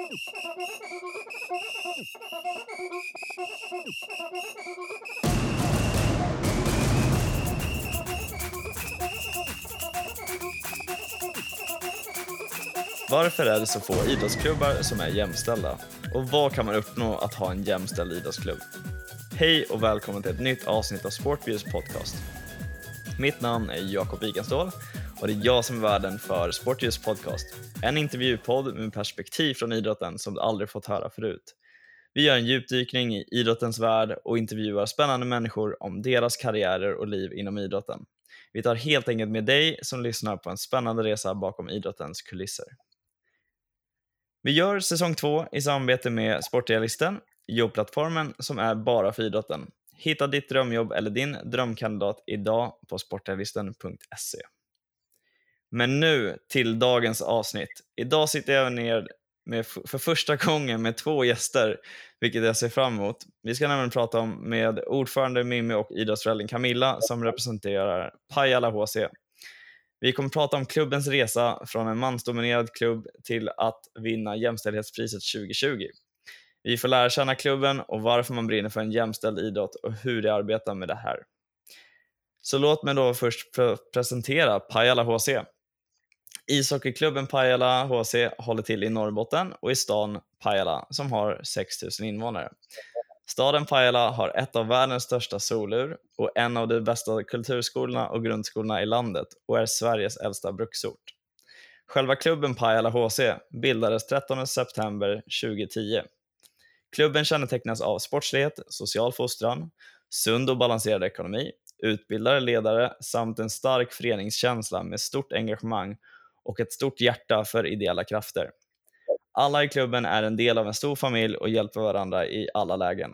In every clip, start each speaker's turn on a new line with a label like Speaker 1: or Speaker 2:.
Speaker 1: Varför är det så få idrottsklubbar som är jämställda? Och vad kan man uppnå att ha en jämställd idrottsklubb? Hej och välkommen till ett nytt avsnitt av Sportviews podcast. Mitt namn är Jakob Wikenståhl och det är jag som är värden för Sportviews podcast. En intervjupodd med perspektiv från idrotten som du aldrig fått höra förut. Vi gör en djupdykning i idrottens värld och intervjuar spännande människor om deras karriärer och liv inom idrotten. Vi tar helt enkelt med dig som lyssnar på en spännande resa bakom idrottens kulisser. Vi gör säsong 2 i samarbete med Sportrealisten, jobbplattformen som är bara för idrotten. Hitta ditt drömjobb eller din drömkandidat idag på sportrealisten.se. Men nu till dagens avsnitt. Idag sitter jag ner för första gången med 2 gäster, vilket jag ser fram emot. Vi ska nämligen prata med ordförande Mimmi och idrottsföräldern Camilla som representerar Pajala HC. Vi kommer prata om klubbens resa från en mansdominerad klubb till att vinna jämställdhetspriset 2020. Vi får lära känna klubben och varför man brinner för en jämställd idrott och hur de arbetar med det här. Så låt mig då först presentera Pajala HC. Ishockeyklubben Pajala HC håller till i Norrbotten och i stan Pajala som har 6 000 invånare. Staden Pajala har ett av världens största solur och en av de bästa kulturskolorna och grundskolorna i landet och är Sveriges äldsta bruksort. Själva klubben Pajala HC bildades 13 september 2010. Klubben kännetecknas av sportslighet, social fostran, sund och balanserad ekonomi, utbildade ledare samt en stark föreningskänsla med stort engagemang och ett stort hjärta för ideella krafter. Alla i klubben är en del av en stor familj och hjälper varandra i alla lägen.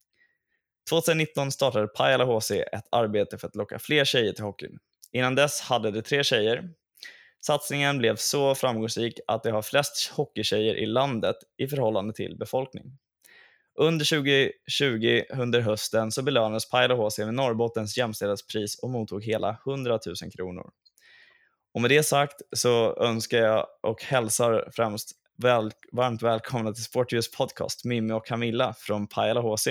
Speaker 1: 2019 startade Pajala HC ett arbete för att locka fler tjejer till hockeyn. Innan dess hade de 3 tjejer. Satsningen blev så framgångsrik att de har flest hockeytjejer i landet i förhållande till befolkning. Under 2020 under hösten så belönades Pajala HC med Norrbottens jämställdhetspris och mottog hela 100 000 kronor. Och med det sagt så önskar jag och hälsar främst varmt välkomna till Sportviews podcast Mimmi och Camilla från Pajala HC.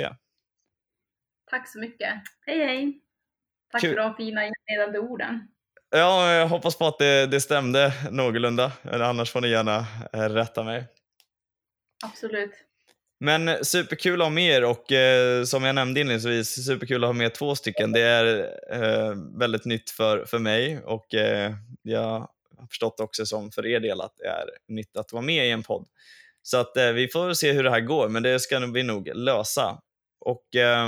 Speaker 2: Tack så mycket. Hej hej. Tack för de fina inledande orden.
Speaker 1: Ja, jag hoppas på att det stämde någorlunda. Annars får ni gärna rätta mig.
Speaker 2: Absolut.
Speaker 1: Men superkul att ha med er och som jag nämnde inledningsvis, superkul att ha med 2 stycken. Det är väldigt nytt för mig och jag har förstått också som för er del att det är nytt att vara med i en podd. Så att vi får se hur det här går, men det ska vi nog lösa. Och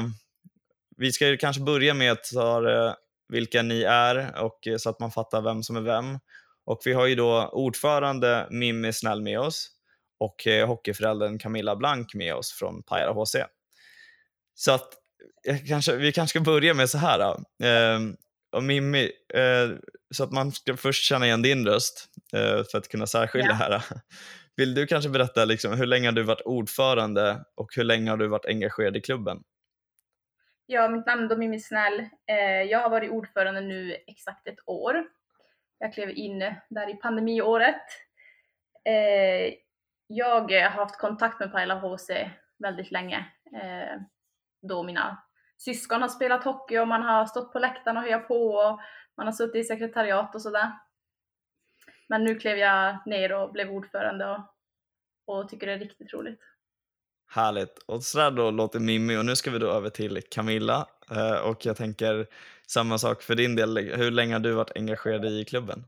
Speaker 1: vi ska ju kanske börja med att ta vilka ni är och så att man fattar vem som är vem. Och vi har ju då ordförande Mimmi Snäll med oss och hockeyföräldern Camilla Blank med oss från Pajala HC. Så att vi kanske ska börja med så här då. Och Mimmi, så att man ska först känna igen din röst för att kunna särskilja det här. Vill du kanske berätta liksom, hur länge har du varit ordförande och hur länge har du varit engagerad i klubben?
Speaker 2: Ja, mitt namn är Mimmi Snäll. Jag har varit ordförande nu exakt 1 år. Jag klev in där i pandemiåret. Jag har haft kontakt med Pajala HC väldigt länge. Då mina syskon har spelat hockey och man har stått på läktaren och höjat på och man har suttit i sekretariat och sådär. Men nu klev jag ner och blev ordförande och tycker det är riktigt roligt.
Speaker 1: Härligt. Och så där då låter Mimmi och nu ska vi då över till Camilla. Och jag tänker samma sak för din del. Hur länge har du varit engagerad i klubben?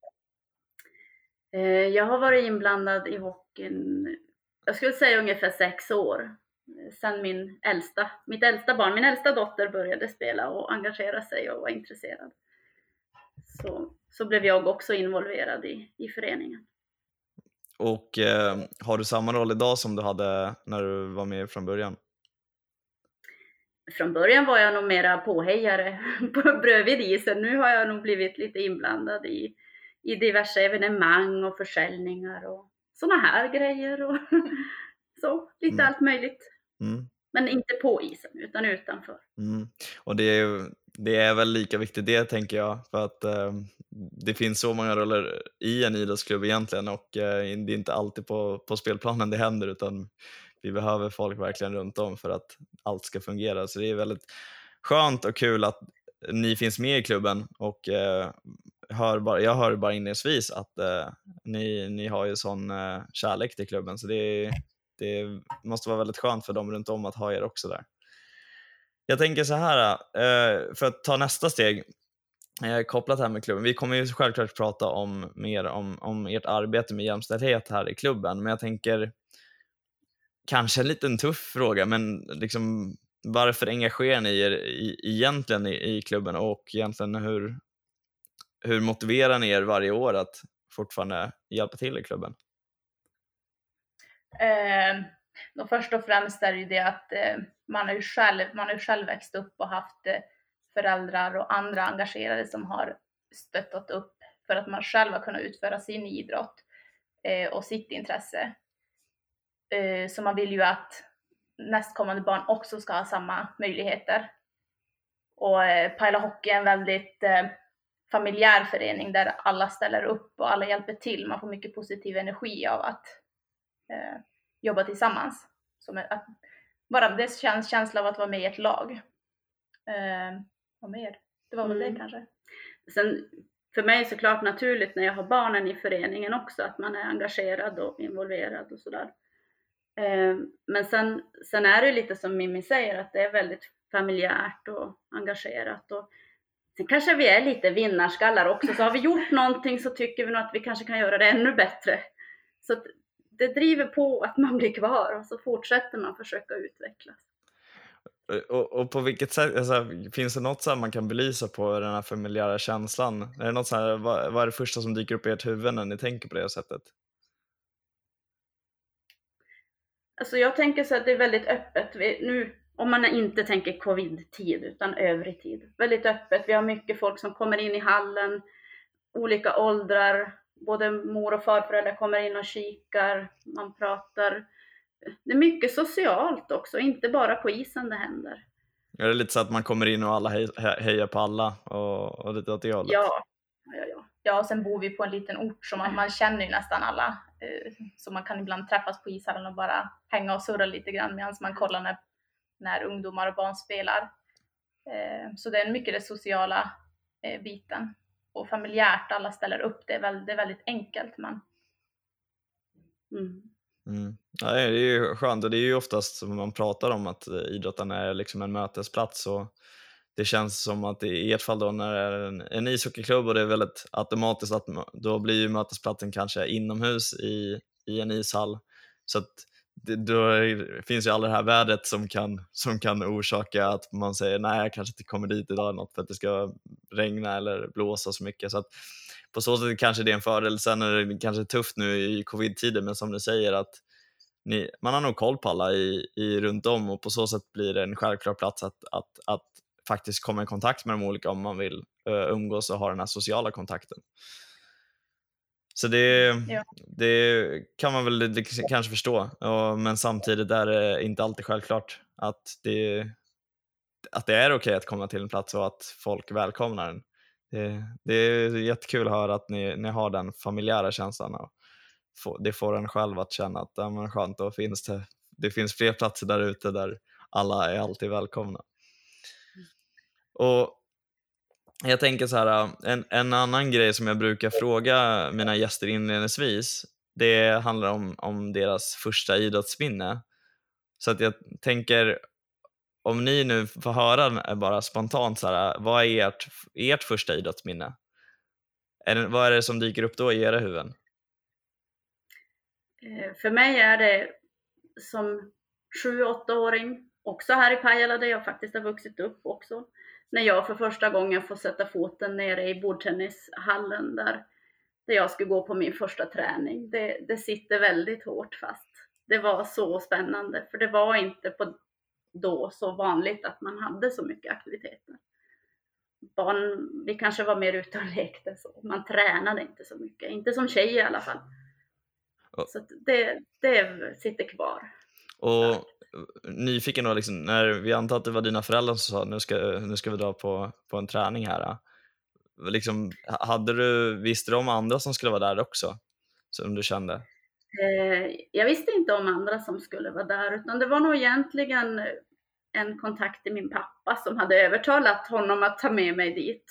Speaker 3: Jag har varit inblandad i hockeyn, jag skulle säga ungefär 6 år. Sen min äldsta dotter började spela och engagera sig och var intresserad. Så blev jag också involverad i föreningen.
Speaker 1: Och har du samma roll idag som du hade när du var med från början?
Speaker 3: Från början var jag nog mera påhejare bredvid isen. Nu har jag nog blivit lite inblandad i diverse evenemang och försäljningar och såna här grejer. Och så, lite allt möjligt.
Speaker 1: Mm.
Speaker 3: Men inte på isen utan utanför.
Speaker 1: Och det är väl lika viktigt det tänker jag. För att det finns så många roller i en idrottsklubb egentligen, och det är inte alltid på spelplanen det händer, utan vi behöver folk verkligen runt om för att allt ska fungera. Så det är väldigt skönt och kul att ni finns med i klubben, och jag hör bara inledningsvis att ni har ju sån kärlek till klubben, så det måste vara väldigt skönt för dem runt om att ha er också där. Jag tänker så här, för att ta nästa steg kopplat här med klubben. Vi kommer ju självklart prata mer om ert arbete med jämställdhet här i klubben, men jag tänker kanske en liten tuff fråga, men liksom, varför engagerar ni er egentligen i klubben, och egentligen hur motiverar ni er varje år att fortfarande hjälpa till i klubben?
Speaker 2: Då först och främst är det ju det att man har ju själv växt upp och haft föräldrar och andra engagerade som har stöttat upp för att man själv har kunnat utföra sin idrott och sitt intresse. Så man vill ju att nästkommande barn också ska ha samma möjligheter. Och Pajala Hockey är en väldigt familjär förening där alla ställer upp och alla hjälper till. Man får mycket positiv energi av att jobba tillsammans. Bara det känns känsla av att vara med i ett lag. Vad mer? Det var väl det kanske.
Speaker 3: Sen för mig är det såklart naturligt när jag har barnen i föreningen också att man är engagerad och involverad och sådär. Men sen är det lite som Mimmi säger, att det är väldigt familjärt och engagerat. Och sen kanske vi är lite vinnarskallar också, så har vi gjort någonting så tycker vi nog att vi kanske kan göra det ännu bättre. Så det driver på att man blir kvar, och så fortsätter man försöka utvecklas.
Speaker 1: Och på vilket sätt, alltså, finns det något så här man kan belysa på den här familjära känslan? Är det något så här, vad är det första som dyker upp i ert huvud när ni tänker på det sättet?
Speaker 3: Alltså jag tänker så att det är väldigt öppet. Nu, om man inte tänker covid-tid utan övrig tid. Väldigt öppet. Vi har mycket folk som kommer in i hallen. Olika åldrar. Både mor- och farföräldrar kommer in och kikar. Man pratar. Det är mycket socialt också. Inte bara på isen det händer.
Speaker 1: Är det lite så att man kommer in och alla hejar på alla och lite åt det hållet?
Speaker 2: Ja, och sen bor vi på en liten ort så man känner ju nästan alla. Så man kan ibland träffas på ishallen och bara hänga och surra lite grann medan man kollar när ungdomar och barn spelar. Så det är mycket det sociala biten. Och familjärt, alla ställer upp. Det är väldigt enkelt.
Speaker 1: Ja, det är ju skönt, och det är ju oftast som man pratar om att idrotten är liksom en mötesplats, och det känns som att i ert fall då, när det är en ishockeyklubb och det är väldigt automatiskt att då blir ju mötesplatsen kanske inomhus i en ishall, så att då finns ju aldrig det här vädret som kan orsaka att man säger nej, jag kanske inte kommer dit idag något för att det ska regna eller blåsa så mycket. Så att på så sätt kanske det är en fördel. Sen är det kanske tufft nu i covid-tiden, men som du säger att man har nog koll på alla i runt om, och på så sätt blir det en självklar plats att faktiskt komma i kontakt med de olika om man vill umgås och ha den här sociala kontakten. Så det kan man väl kanske förstå, men samtidigt är det inte alltid självklart att det är okej att komma till en plats och att folk välkomnar den. Det är jättekul att höra att ni har den familjära känslan, och det får en själv att känna att det är skönt, och det finns fler platser där ute där alla är alltid välkomna. Och jag tänker så här, en annan grej som jag brukar fråga mina gäster inledningsvis, det handlar om deras första idrottsminne. Så att jag tänker, om ni nu får höra bara spontant så här, vad är ert första idrottsminne? Vad är det som dyker upp då i era huvuden?
Speaker 3: För mig är det som 7-8-åring, också här i Pajala där jag faktiskt har vuxit upp också. När jag för första gången får sätta foten nere i bordtennishallen där jag skulle gå på min första träning. Det sitter väldigt hårt fast. Det var så spännande, för det var inte då så vanligt att man hade så mycket aktiviteter. Vi kanske var mer ute och lekte så. Man tränade inte så mycket, inte som tjej i alla fall. Så det sitter kvar.
Speaker 1: Och nyfiken då, liksom, när vi antar att det var dina föräldrar som sa nu ska vi dra på en träning här. liksom, visste du om andra som skulle vara där också? Som du kände?
Speaker 3: Jag visste inte om andra som skulle vara där, utan det var nog egentligen en kontakt till min pappa som hade övertalat honom att ta med mig dit.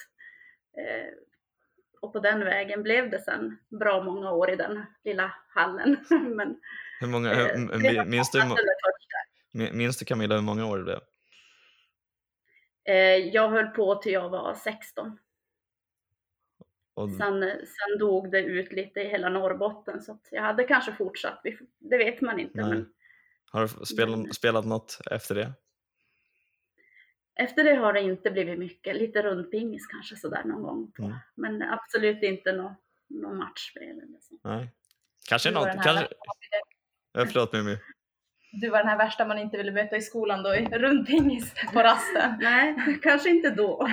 Speaker 3: Och på den vägen blev det sen bra många år i den lilla hallen. Men,
Speaker 1: Hur många, minns du Camilla hur många år det blev?
Speaker 3: Jag höll på till jag var 16. Och sen dog det ut lite i hela Norrbotten, så att jag hade kanske fortsatt, det vet man inte. Men,
Speaker 1: har du spelat något efter det?
Speaker 3: Efter det har det inte blivit mycket, lite rundpingis kanske sådär någon gång på. Men absolut inte någon matchspel eller så.
Speaker 1: Nej. Kanske något, förlåt Mimmi.
Speaker 2: Du var den här värsta man inte ville möta i skolan då, i rundpingis på rasten.
Speaker 3: Nej, kanske inte då.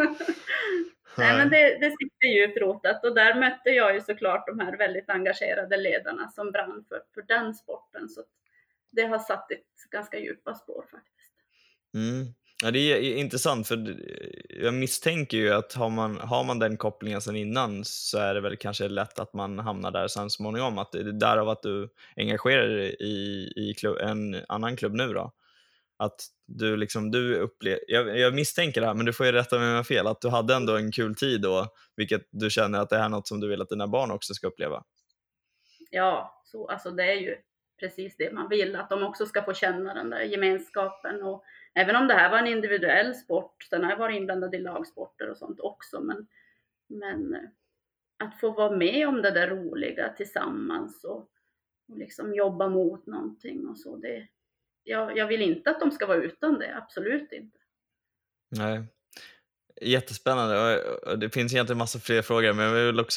Speaker 3: Nej, men det sitter djupt rotat, och där mötte jag ju såklart de här väldigt engagerade ledarna som brann för den sporten, så det har satt ett ganska djupa spår faktiskt.
Speaker 1: Ja, det är intressant, för jag misstänker ju att har man den kopplingen sedan innan, så är det väl kanske lätt att man hamnar där sen småningom, att det är därav att du engagerar dig i en annan klubb nu då. Att du upplever, jag misstänker det här, men du får ju rätta mig om jag har fel, att du hade ändå en kul tid då, vilket du känner att det är något som du vill att dina barn också ska uppleva.
Speaker 3: Ja, så alltså det är ju precis det man vill, att de också ska få känna den där gemenskapen. Och även om det här var en individuell sport, sen har jag varit inblandad i lagsporter och sånt också, men att få vara med om det där roliga tillsammans och liksom jobba mot någonting och så, jag vill inte att de ska vara utan det, absolut inte. Nej,
Speaker 1: jättespännande. Det finns egentligen massa fler frågor, men jag vill också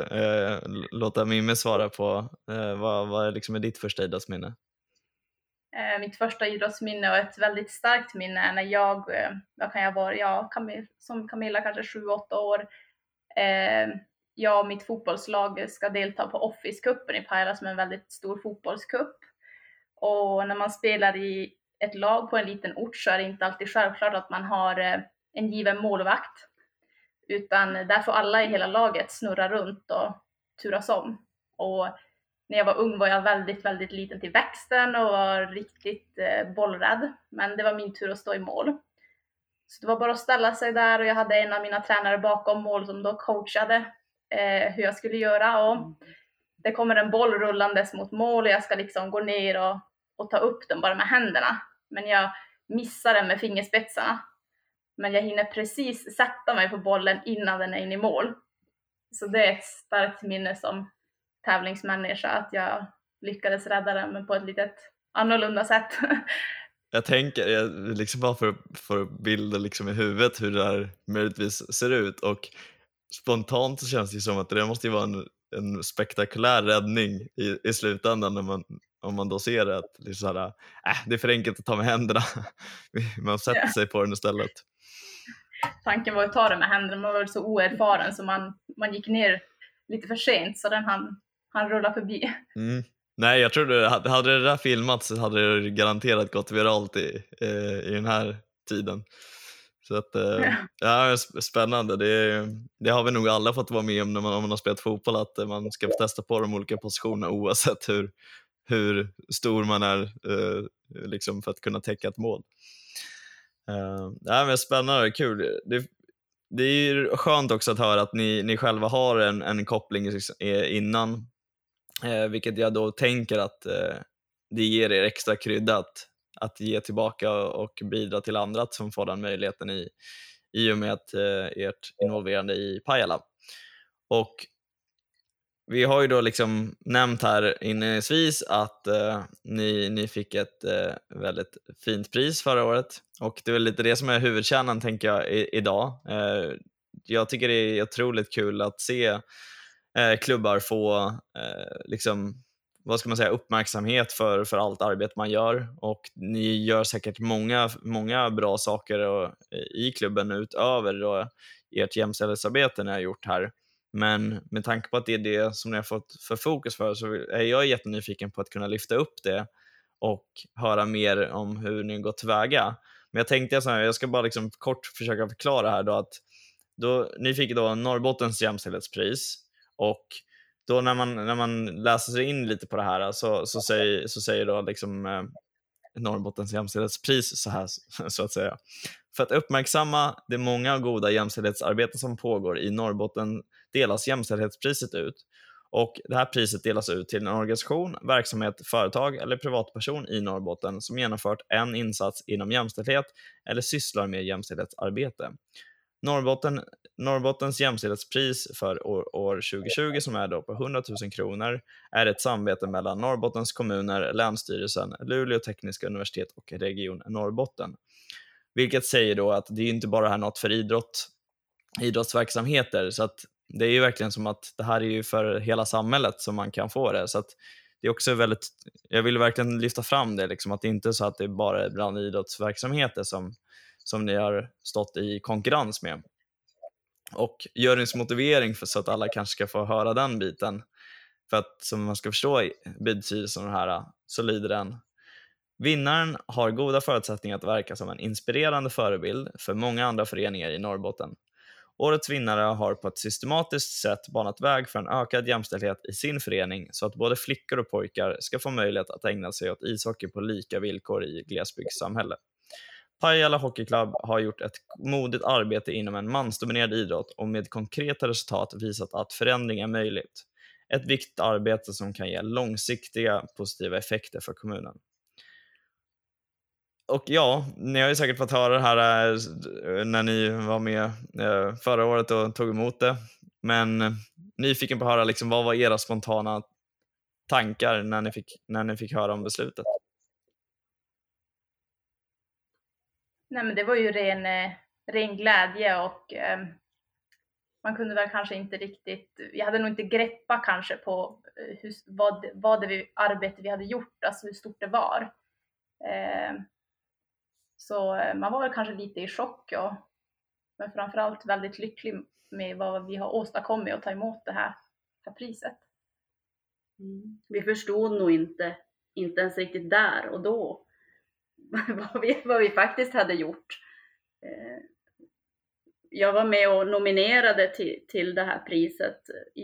Speaker 1: låta Mimmi svara på vad liksom är ditt första idrottsminne?
Speaker 2: Mitt första idrottsminne och ett väldigt starkt minne är när vad kan jag vara, som Camilla kanske 7-8 år. Jag och mitt fotbollslag ska delta på Office-cupen i Pajala, som är en väldigt stor fotbollscup. Och när man spelar i ett lag på en liten ort så är det inte alltid självklart att man har en given målvakt. Utan där får alla i hela laget snurra runt och turas om. Och när jag var ung var jag väldigt, väldigt liten till växten och var riktigt bollrädd. Men det var min tur att stå i mål. Så det var bara att ställa sig där, och jag hade en av mina tränare bakom mål som då coachade hur jag skulle göra. Och det kommer en boll rullandes mot mål och jag ska liksom gå ner och ta upp den bara med händerna. Men jag missar den med fingerspetsarna. Men jag hinner precis sätta mig på bollen innan den är in i mål. Så det är ett starkt minne som tävlingsmänniska, att jag lyckades rädda den, men på ett litet annorlunda sätt.
Speaker 1: Jag tänker, liksom bara för bilder liksom i huvudet hur det här möjligtvis ser ut, och spontant så känns det som att det måste ju vara en spektakulär räddning i slutändan, om man då ser att det är så här, det är för enkelt att ta med händerna. Man sätter sig på den istället.
Speaker 2: Tanken var att ta det med händerna, man var så oerfaren så man gick ner lite för sent, så den han rullade förbi.
Speaker 1: Nej, jag tror hade det där filmats så hade det garanterat gått viralt i den här tiden. Så att, ja, spännande. Det har vi nog alla fått vara med om om man har spelat fotboll, att man ska få testa på de olika positionerna oavsett hur stor man är liksom för att kunna täcka ett mål. Ja, men spännande, kul. Det är ju skönt också att höra att ni själva har en koppling innan, vilket jag då tänker att det ger er extra krydda att ge tillbaka och bidra till andra som får den möjligheten i och med att ert involverande i Pajala. Och vi har ju då liksom nämnt här inledningsvis att ni fick ett väldigt fint pris förra året, och det är väl lite det som är huvudkärnan, tänker jag, idag. Jag tycker det är otroligt kul att se klubbar få liksom, vad ska man säga, uppmärksamhet för allt arbete man gör, och ni gör säkert många bra saker i klubben utöver då ert jämställdhetsarbete ni har gjort här. Men med tanke på att det är det som ni har fått för fokus för, så är jag jättenyfiken på att kunna lyfta upp det och höra mer om hur ni går tillväga. Men jag tänkte jag ska bara liksom kort försöka förklara här då, att Ni fick då Norrbottens jämställdhetspris, och då när man läser sig in lite på det här så säger då liksom Norrbottens jämställdhetspris så här, så att säga: för att uppmärksamma det många goda jämställdhetsarbeten som pågår i Norrbotten delas jämställdhetspriset ut. Och det här priset delas ut till en organisation, verksamhet, företag eller privatperson i Norrbotten som genomfört en insats inom jämställdhet eller sysslar med jämställdhetsarbete. Norrbottens jämställdhetspris för år 2020, som är då på 100 000 kronor, är ett samarbete mellan Norrbottens kommuner, Länsstyrelsen, Luleå tekniska universitet och Region Norrbotten. Vilket säger då att det är inte bara här något för idrottsverksamheter, så att det är ju verkligen som att det här är ju för hela samhället som man kan få det. Så att det är också väldigt, jag vill verkligen lyfta fram det, liksom, att det inte är så att det är bara bland idrottsverksamheter som ni har stått i konkurrens med. Och jurysmotivering, för så att alla kanske ska få höra den biten, för att som man ska förstå betydelsen av det här, så lyder den: vinnaren har goda förutsättningar att verka som en inspirerande förebild för många andra föreningar i Norrbotten. Årets vinnare har på ett systematiskt sätt banat väg för en ökad jämställdhet i sin förening, så att både flickor och pojkar ska få möjlighet att ägna sig åt ishockey på lika villkor i glesbygdssamhälle. Pajala Hockey Club har gjort ett modigt arbete inom en mansdominerad idrott och med konkreta resultat visat att förändring är möjligt. Ett viktigt arbete som kan ge långsiktiga positiva effekter för kommunen. Och ja, ni har ju säkert fått höra det här när ni var med förra året och tog emot det. Men nyfiken på att höra, liksom, vad var era spontana tankar när ni fick höra om beslutet?
Speaker 2: Nej, men det var ju ren glädje, och man kunde väl kanske inte riktigt, jag hade nog inte greppat kanske på vad det arbete vi hade gjort, alltså hur stort det var. Så man var väl kanske lite i chock, men framförallt väldigt lycklig med vad vi har åstadkommit och ta emot det här priset.
Speaker 3: Vi förstod nog inte ens riktigt där och då vad vi faktiskt hade gjort. Jag var med och nominerade till det här priset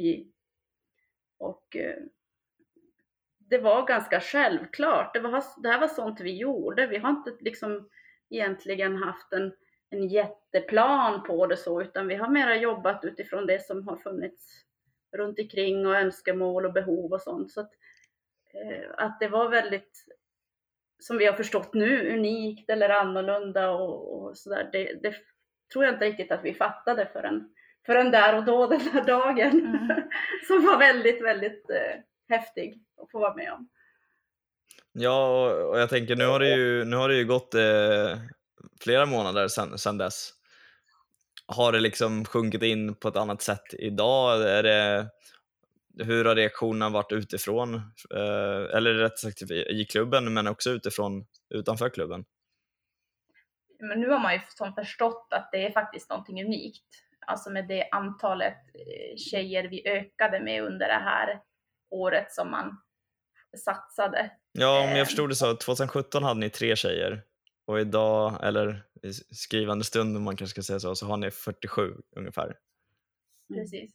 Speaker 3: och det var ganska självklart. Det här var sånt vi gjorde. Vi har inte liksom egentligen haft en jätteplan på det så, utan vi har mera jobbat utifrån det som har funnits runt omkring och önskemål och behov och sånt. Så att det var väldigt, som vi har förstått nu, unikt eller annorlunda och sådär. Det tror jag inte riktigt att vi fattade förrän där och då, den här dagen. Som var väldigt, väldigt häftig att få vara med om.
Speaker 1: Ja, och jag tänker, nu har det ju gått flera månader sedan dess. Har det liksom sjunkit in på ett annat sätt idag? Hur har reaktionerna varit utifrån? Eller rätt sagt i klubben, men också utanför klubben?
Speaker 2: Men nu har man ju förstått att det är faktiskt någonting unikt. Alltså med det antalet tjejer vi ökade med under det här året som man satsade.
Speaker 1: Ja, om jag förstod det så, 2017 hade ni 3 tjejer. Och idag, eller i skrivande stund om man kanske ska säga så har ni 47 ungefär.
Speaker 2: Precis.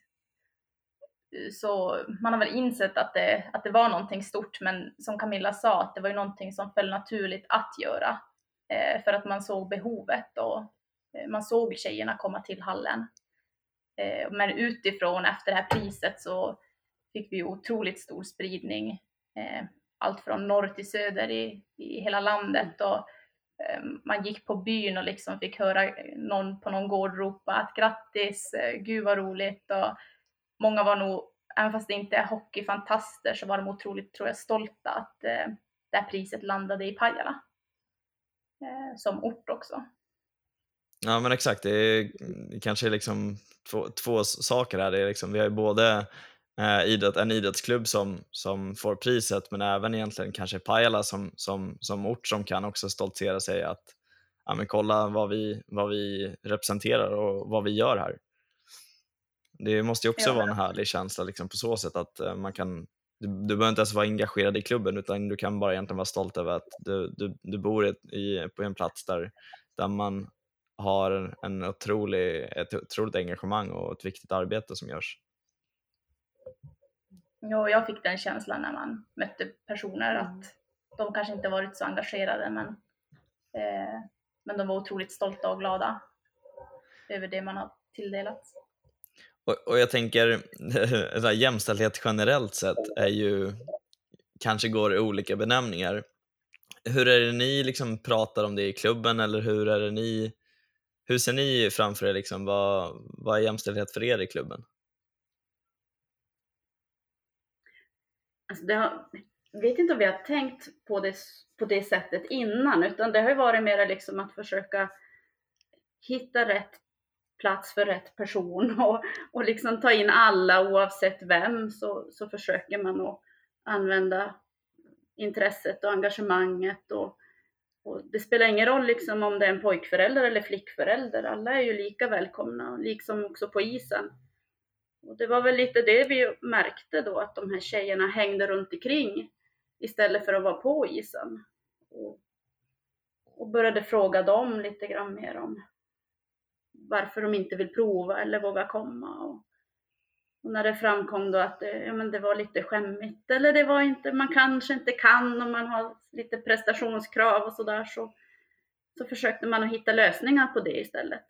Speaker 2: Så man har väl insett att det var någonting stort, men som Camilla sa, att det var ju någonting som föll naturligt att göra. För att man såg behovet och man såg tjejerna komma till hallen. Men utifrån, efter det här priset, så fick vi otroligt stor spridning. Allt från norr till söder i hela landet. Och man gick på byn och liksom fick höra någon på någon gård ropa att grattis, gud vad roligt. Och många var nog, även fast det inte är hockeyfantaster, så var de otroligt, tror jag, stolta att det här priset landade i Pajala. Som ort också.
Speaker 1: Ja, men exakt, det är kanske liksom två saker här. Det är liksom, vi har ju både en idrottsklubb som får priset, men även egentligen kanske Pajala som ort som kan också stoltsera sig att men kolla vad vi representerar och vad vi gör här. Det måste ju också vara en härlig känsla liksom, på så sätt att man kan, du behöver inte ens vara engagerad i klubben, utan du kan bara egentligen vara stolt över att du bor på en plats där man har ett otroligt engagemang och ett viktigt arbete som görs.
Speaker 2: Ja, jag fick den känslan när man mötte personer att de kanske inte varit så engagerade, men de var otroligt stolta och glada över det man har tilldelats.
Speaker 1: Och jag tänker, så här, jämställdhet generellt sett är ju, kanske går i olika benämningar. Hur är det ni liksom pratar om det i klubben, eller hur ser ni framför er liksom, vad är jämställdhet för er i klubben?
Speaker 3: Alltså jag vet inte om vi har tänkt på det sättet innan, utan det har ju varit mer liksom att försöka hitta rätt plats för rätt person och liksom ta in alla oavsett vem, så försöker man att använda intresset och engagemanget och det spelar ingen roll liksom om det är en pojkförälder eller flickförälder, alla är ju lika välkomna, liksom också på isen. Och det var väl lite det vi märkte då, att de här tjejerna hängde runt omkring istället för att vara på isen. Och började fråga dem lite grann mer om varför de inte vill prova eller våga komma. Och när det framkom då att det var lite skämmigt, eller det var inte, man kanske inte kan och man har lite prestationskrav och sådär, så försökte man att hitta lösningar på det istället.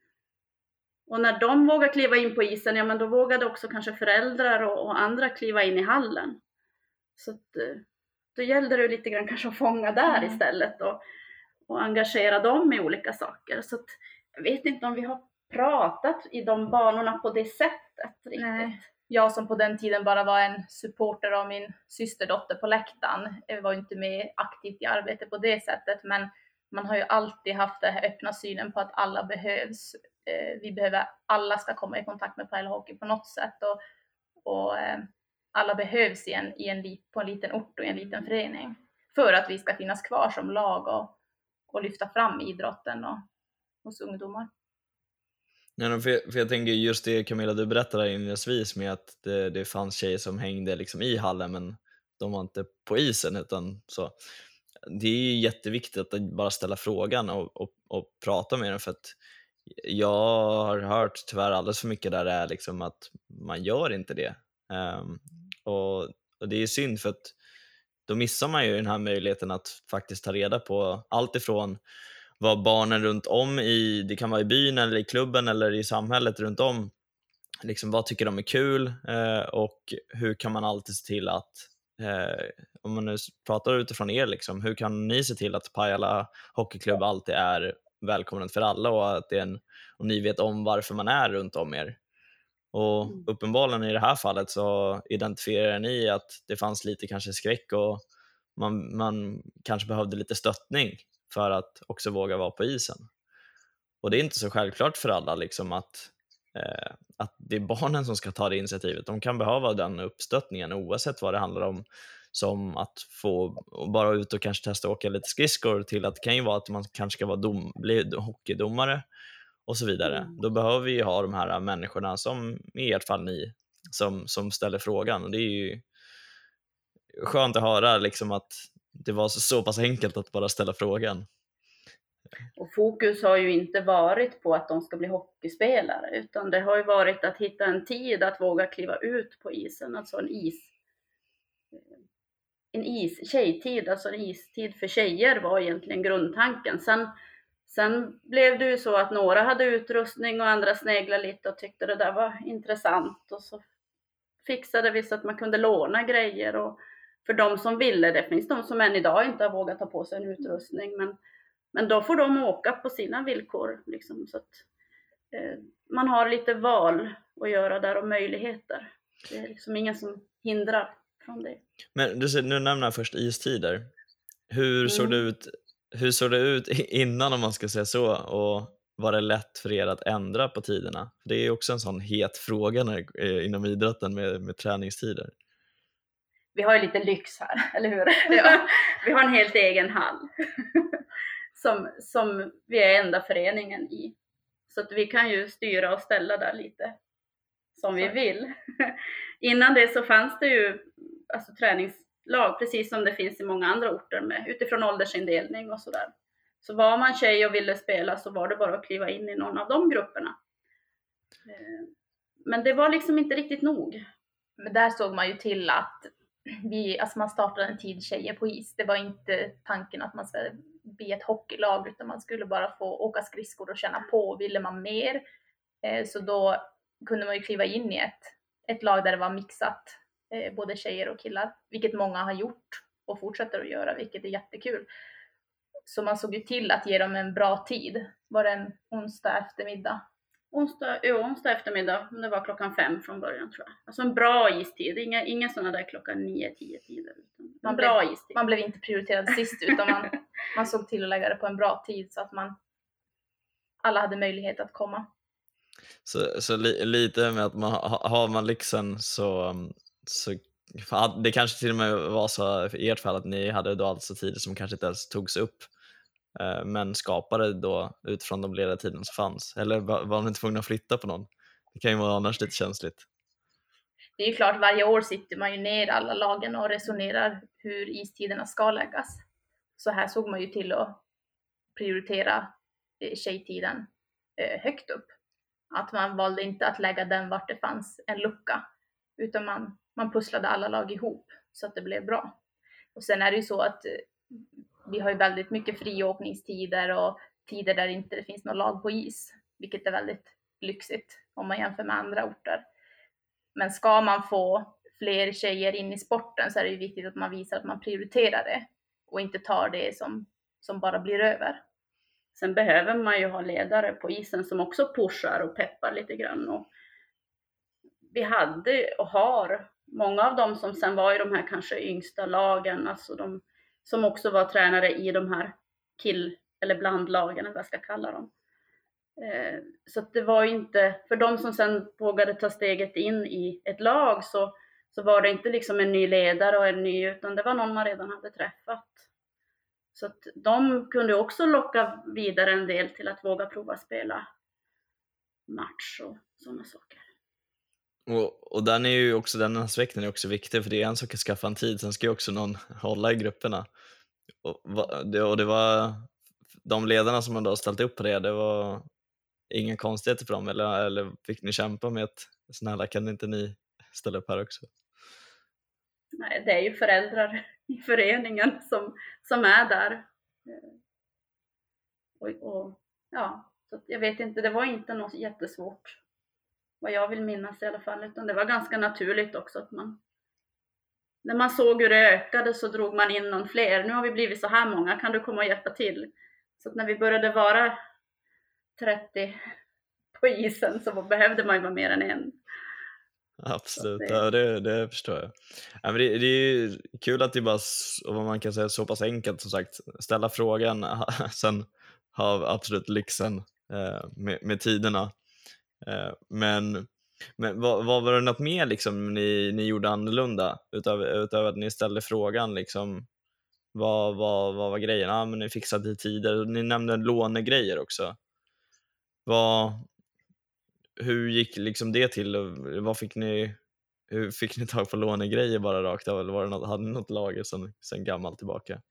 Speaker 3: Och när de vågade kliva in på isen, då vågade också kanske föräldrar och andra kliva in i hallen. Så att, då gällde det lite grann kanske att fånga där istället och engagera dem i olika saker. Så att, jag vet inte om vi har pratat i de banorna på det sättet riktigt.
Speaker 2: Nej. Jag som på den tiden bara var en supporter av min systerdotter på läktaren, var inte med aktivt i arbetet på det sättet, men man har ju alltid haft den här öppna synen på att alla behövs. Alla ska komma i kontakt med Pajala Hockey på något sätt, och alla behövs på en liten ort och i en liten förening för att vi ska finnas kvar som lag och lyfta fram idrotten hos ungdomar.
Speaker 1: Nej, för jag tänker just det Camilla du berättade inledningsvis med att det fanns tjejer som hängde liksom i hallen, men de var inte på isen, utan så. Det är jätteviktigt att bara ställa frågan och prata med den, för att jag har hört tyvärr alldeles för mycket där det är liksom att man gör inte det. Och det är synd, för att då missar man ju den här möjligheten att faktiskt ta reda på allt ifrån vad barnen runt om det kan vara i byn eller i klubben eller i samhället runt om, liksom, vad tycker de är kul, och hur kan man alltid se till att, om man nu pratar utifrån er, liksom, hur kan ni se till att Pajala Hockeyklubb alltid är välkommen för alla, och att och ni vet om varför man är runt om er. Och uppenbarligen i det här fallet så identifierar ni att det fanns lite kanske skräck, och man kanske behövde lite stöttning för att också våga vara på isen. Och det är inte så självklart för alla liksom att det är barnen som ska ta det initiativet. De kan behöva den uppstöttningen oavsett vad det handlar om, som att få bara ut och kanske testa åka lite skridskor, till att det kan ju vara att man kanske ska bli hockeydomare och så vidare. Då behöver vi ha de här människorna, som i ert fall ni, som ställer frågan. Och det är ju skönt att höra liksom att det var så pass enkelt att bara ställa frågan.
Speaker 3: Och fokus har ju inte varit på att de ska bli hockeyspelare, utan det har ju varit att hitta en tid att våga kliva ut på isen, alltså en tjejtid, alltså en istid för tjejer var egentligen grundtanken. Sen blev det ju så att några hade utrustning och andra sneglade lite och tyckte det där var intressant, och så fixade vi så att man kunde låna grejer, och för de som ville, det finns de som än idag inte har vågat ta på sig en utrustning, men då får de åka på sina villkor liksom, så att man har lite val att göra där och möjligheter. Det är liksom ingen som hindrar från det.
Speaker 1: Men nu nämner jag först istider. Hur såg det ut innan, om man ska säga så, och var det lätt för er att ändra på tiderna? Det är också en sån het fråga inom idrotten med träningstider.
Speaker 3: Vi har ju lite lyx här, eller hur? Ja. Vi har en helt egen hall som vi är enda föreningen i. Så att vi kan ju styra och ställa där lite som vi vill. Innan det så fanns det ju alltså träningslag, precis som det finns i många andra orter, med utifrån åldersindelning och sådär. Så var man tjej och ville spela så var det bara att kliva in i någon av de grupperna. Men det var liksom inte riktigt nog.
Speaker 2: Men där såg man ju till att man startade en tid tjejer på is. Det var inte tanken att man skulle bli ett hockeylag, utan man skulle bara få åka skridskor och känna på. Ville man mer så då kunde man ju kliva in i ett lag där det var mixat, både tjejer och killar, vilket många har gjort och fortsätter att göra, vilket är jättekul. Så man såg ju till att ge dem en bra tid. Var det en onsdag eftermiddag?
Speaker 3: Onsdag eftermiddag, det var 5:00 från början tror jag. Alltså en bra istid, ingen sådana där 9-10 tider. Istid.
Speaker 2: Man blev inte prioriterad sist, utan man såg till att lägga det på en bra tid så att alla hade möjlighet att komma.
Speaker 1: Så lite med att har man lyxen så det kanske till och med var så i ert fall att ni hade då alltså tider som kanske inte ens togs upp, men skapade då utifrån de lediga tiden som fanns, eller var ni inte tvungna att flytta på någon? Det kan ju vara annars lite känsligt.
Speaker 2: Det är ju klart, varje år sitter man ju ner alla lagen och resonerar hur istiderna ska läggas. Så här såg man ju till att prioritera tjejtiden högt upp. Att man valde inte att lägga den vart det fanns en lucka, utan man pusslade alla lag ihop så att det blev bra. Och sen är det ju så att vi har ju väldigt mycket friåkningstider och tider där inte det finns något lag på is, vilket är väldigt lyxigt om man jämför med andra orter. Men ska man få fler tjejer in i sporten så är det ju viktigt att man visar att man prioriterar det och inte tar det som bara blir över.
Speaker 3: Sen behöver man ju ha ledare på isen som också pushar och peppar lite grann. Och vi hade och har många av dem som sen var i de här kanske yngsta lagen, alltså de som också var tränare i de här eller blandlagen, eller vad jag ska kalla dem. Så att det var inte, för de som sen vågade ta steget in i ett lag så var det inte liksom en ny ledare och en ny, utan det var någon man redan hade träffat. Så att de kunde också locka vidare en del till att våga prova spela match och sådana saker.
Speaker 1: Och den är ju också, den aspekten är också viktig, för det är en sak att skaffa en tid, sen ska ju också någon hålla i grupperna. Och det var de ledarna som man då ställt upp på det var ingen konstigheter för dem, eller fick ni kämpa med att snälla kan inte ni ställa upp här också?
Speaker 3: Nej, det är ju föräldrar i föreningen som är där. Och ja, så jag vet inte, det var inte något jättesvårt vad jag vill minnas i alla fall, utan det var ganska naturligt också att när man såg hur det ökade så drog man in någon fler. Nu har vi blivit så här många, kan du komma och hjälpa till? Så att när vi började vara 30 på isen så behövde man ju vara mer än en.
Speaker 1: Absolut, ja, det förstår jag. Ja, men det är ju kul att det bara, vad man kan säga, så pass enkelt som sagt, ställa frågan, sen ha absolut lyxen med tiderna. Men vad var det något mer liksom ni gjorde annorlunda utöver att ni ställde frågan liksom, vad var grejen? Ja, men ni fixade tider, ni nämnde lånegrejer också. Hur gick liksom det till? Hur fick ni tag på lånegrejer bara rakt av, eller var det hade ni något lager sen gammalt tillbaka?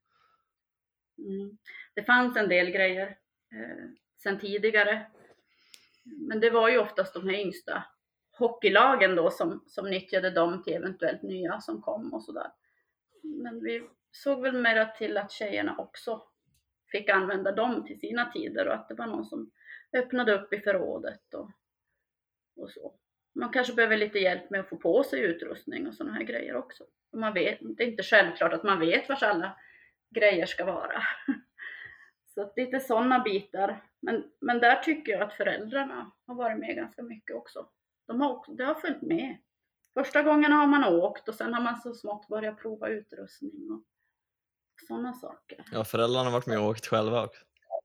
Speaker 3: Det fanns en del grejer sen tidigare, men det var ju oftast de här yngsta hockeylagen då som nyttjade dem till eventuellt nya som kom och sådär. Men vi såg väl mer till att tjejerna också fick använda dem till sina tider, och att det var någon som öppnade upp i förrådet och så. Man kanske behöver lite hjälp med att få på sig utrustning och sådana här grejer också. Och det är inte självklart att man vet vars alla grejer ska vara. Så lite sådana bitar. Men där tycker jag att föräldrarna har varit med ganska mycket också. Det har följt med. Första gången har man åkt och sen har man så smått börjat prova utrustning och sådana saker.
Speaker 1: Ja, föräldrarna har varit med och åkt själva också.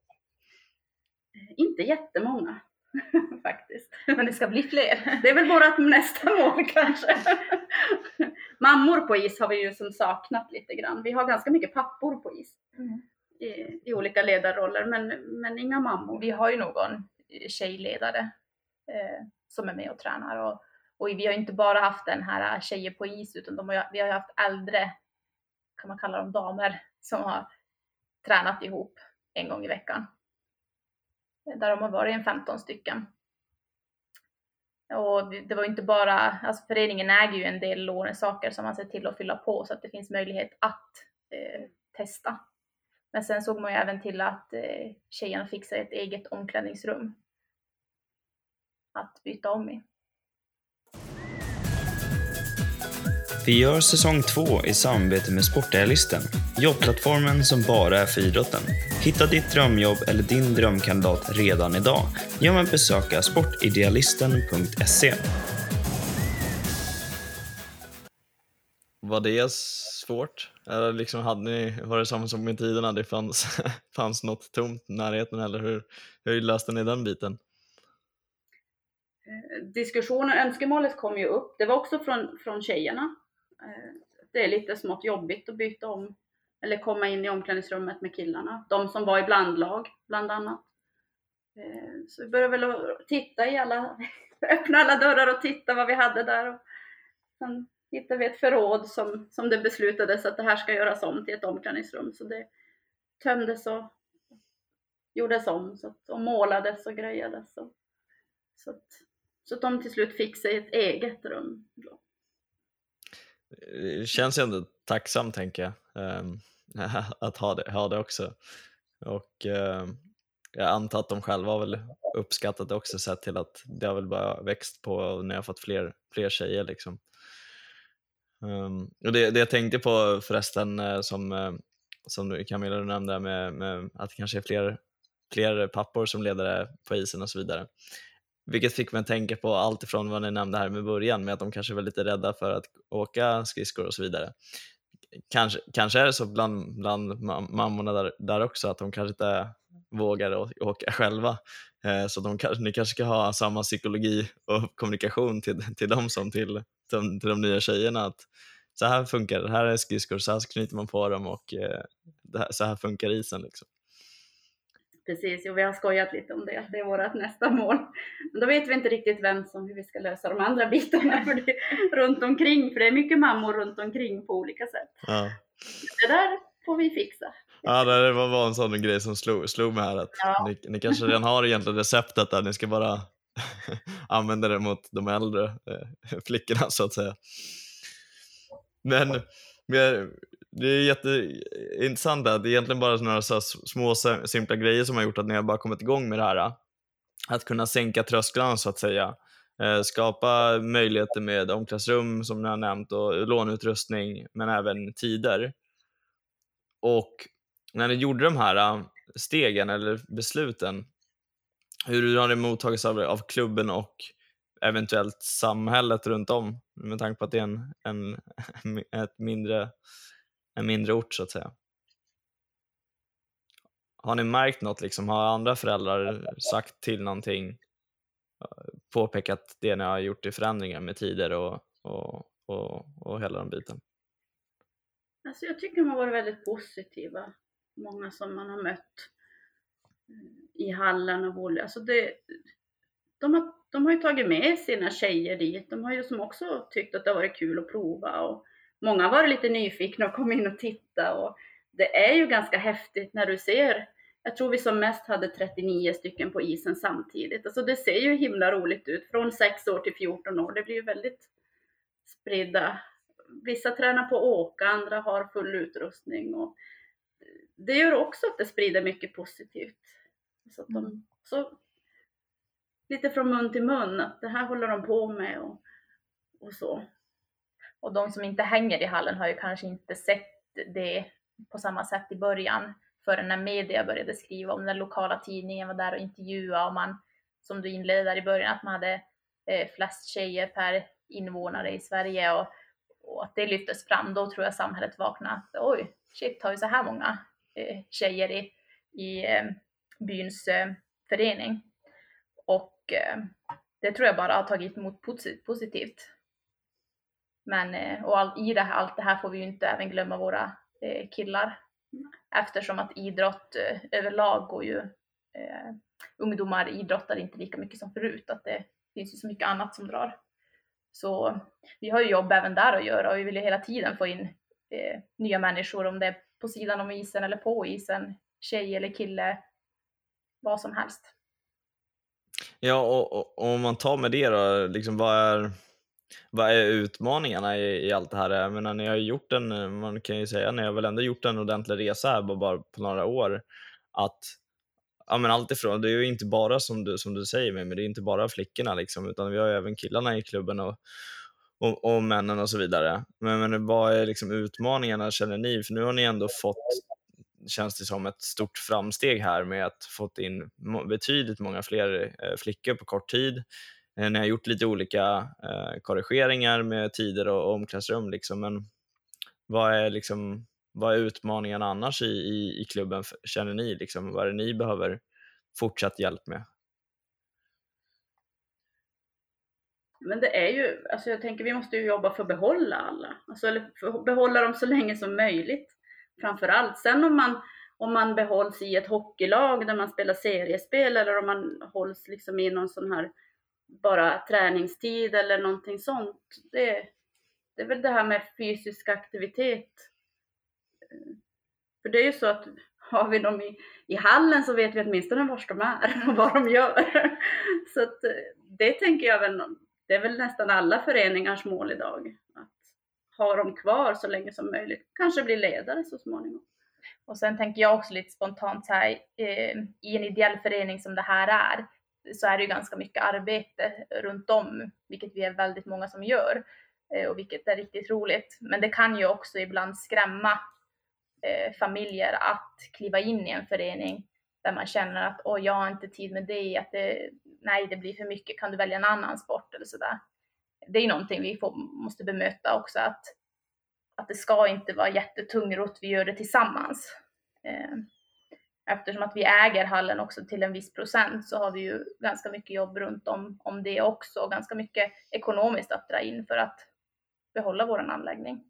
Speaker 3: Inte jättemånga faktiskt.
Speaker 2: Men det ska bli fler.
Speaker 3: Det är väl bara nästa mål kanske. Mammor på is har vi ju som saknat lite grann. Vi har ganska mycket pappor på is. I olika ledarroller, men inga mammor.
Speaker 2: Vi har ju någon tjejledare som är med och tränar. Och vi har inte bara haft den här tjejer på is, utan vi har haft äldre, kan man kalla dem damer, som har tränat ihop en gång i veckan. Där de har varit en 15 stycken. Och det var inte bara, alltså föreningen äger ju en del lånesaker som man ser till att fylla på så att det finns möjlighet att testa. Men sen såg man ju även till att tjejerna fick sig ett eget omklädningsrum att byta om i.
Speaker 1: Vi gör säsong 2 i samarbete med Sportidealisten, jobbplattformen som bara är för idrotten. Hitta ditt drömjobb eller din drömkandidat redan idag genom att besöka sportidealisten.se. Var det svårt? Eller liksom var det samma som med tiderna? Det fanns något tomt i närheten, eller hur löste ni den biten?
Speaker 3: Diskussionen, önskemålet kom ju upp. Det var också från tjejerna. Det är lite smått jobbigt att byta om eller komma in i omklädningsrummet med killarna. De som var i blandlag bland annat. Så vi började väl titta öppna alla dörrar och titta vad vi hade där. Och sen hittade vi ett förråd som det beslutades att det här ska göras om till ett omklädningsrum. Så det tömdes och gjordes om och målades och grejades. Så att de till slut fick sig ett eget rum.
Speaker 1: Det känns ju ändå tacksamt, tänker jag, att ha det också. Och jag antar att de själva har väl uppskattat det också, sett till att det har väl bara växt på när jag har fått fler tjejer liksom. Och det jag tänkte på förresten, som Camilla nämnde med att det kanske är fler pappor som ledare på isen och så vidare. Vilket fick mig att tänka på allt ifrån vad ni nämnde här med början, med att de kanske var lite rädda för att åka skridskor och så vidare. Kanske är det så bland mammorna där också, att de kanske inte vågar åka själva. Så ni kanske ska ha samma psykologi och kommunikation till dem som till de nya tjejerna. Att så här funkar det, här är skridskor, så här knyter man på dem och så här funkar isen liksom.
Speaker 3: Precis, och vi har skojat lite om det. Det är vårt nästa mål. Men då vet vi inte riktigt hur vi ska lösa de andra bitarna runt omkring. För det är mycket mammor runt omkring på olika sätt. Ja. Det där får vi fixa.
Speaker 1: Ja, det var en sån grej som slog mig här. Att ni kanske redan har egentligen receptet där. Ni ska bara använda det mot de äldre flickorna så att säga. Men det är jätteintressant att det är egentligen bara några så små simpla grejer som har gjort att ni har bara kommit igång med det här. Att kunna sänka trösklarna så att säga. Skapa möjligheter med omklädningsrum som ni har nämnt och lånutrustning, men även tider. Och när ni gjorde de här stegen eller besluten, hur har det mottagits av klubben och eventuellt samhället runt om, med tanke på att det är en mindre ort så att säga? Har ni märkt något liksom? Har andra föräldrar sagt till någonting, påpekat det ni har gjort i förändringar med tider och hela den biten?
Speaker 3: Alltså jag tycker de har varit väldigt positiva. Många som man har mött i hallen och volley. Alltså de har ju tagit med sina tjejer dit. De har ju som också tyckt att det har varit kul att prova. Och många har varit lite nyfikna och kommit in och titta. Och det är ju ganska häftigt när du ser. Jag tror vi som mest hade 39 stycken på isen samtidigt. Alltså det ser ju himla roligt ut. Från 6 år till 14 år. Det blir ju väldigt spridda. Vissa tränar på att åka, andra har full utrustning. Och det gör också att det sprider mycket positivt. Så att så lite från mun till mun, att det här håller de på med och så.
Speaker 2: Och de som inte hänger i hallen har ju kanske inte sett det på samma sätt i början, förrän när media började skriva om, den lokala tidningen var där och intervjua, och man, som du inledde där i början, att man hade flest tjejer per invånare i Sverige, och att det lyftes fram. Då tror jag samhället vaknade att oj, shit, har vi så här många tjejer i byns förening. Och det tror jag bara har tagit emot positivt. Men allt det här får vi ju inte även glömma våra killar. Eftersom att idrott överlag går ju, ungdomar idrottar inte lika mycket som förut. Att det finns ju så mycket annat som drar. Så vi har ju jobb även där att göra, och vi vill ju hela tiden få in nya människor, om det är på sidan om isen eller på isen. tjej eller kille, vad som helst.
Speaker 1: Ja, och om man tar med det då, liksom, vad är utmaningarna i allt det här? Jag menar, ni har gjort man kan ju säga, ni har väl ändå gjort en ordentlig resa här bara på några år. Att, ja, men allt ifrån, det är ju inte bara som du säger, men det är inte bara flickorna liksom, utan vi har ju även killarna i klubben och männen och så vidare. Men vad är liksom utmaningarna, känner ni? För nu har ni ändå fått, känns det som, ett stort framsteg här med att fått in betydligt många fler flickor på kort tid. Ni har gjort lite olika korrigeringar med tider och omklädningsrum liksom, men vad är utmaningarna annars i klubben, känner ni liksom? Vad är det ni behöver fortsatt hjälp med?
Speaker 3: Men det är ju, alltså jag tänker vi måste ju jobba för att behålla alla. Alltså, eller för att behålla dem så länge som möjligt. Framför allt. Sen om man behålls i ett hockeylag där man spelar seriespel, eller om man hålls liksom i någon sån här bara träningstid eller någonting sånt. Det är väl det här med fysisk aktivitet. För det är ju så att har vi dem i hallen så vet vi åtminstone var de är och vad de gör. Så att det tänker jag väl, det är väl nästan alla föreningars mål idag. Att ha dem kvar så länge som möjligt. Kanske bli ledare så småningom.
Speaker 2: Och sen tänker jag också lite spontant så här, i en ideell förening som det här är, så är det ju ganska mycket arbete runt om, vilket vi är väldigt många som gör, och vilket är riktigt roligt. Men det kan ju också ibland skrämma familjer att kliva in i en förening där man känner att jag har inte tid med det, att det blir för mycket, kan du välja en annan sport eller sådär. Det är någonting vi måste bemöta också, att det ska inte vara jättetungrot, vi gör det tillsammans. Eftersom att vi äger hallen också till en viss procent, så har vi ju ganska mycket jobb runt om det också, och ganska mycket ekonomiskt att dra in för att behålla vår anläggning.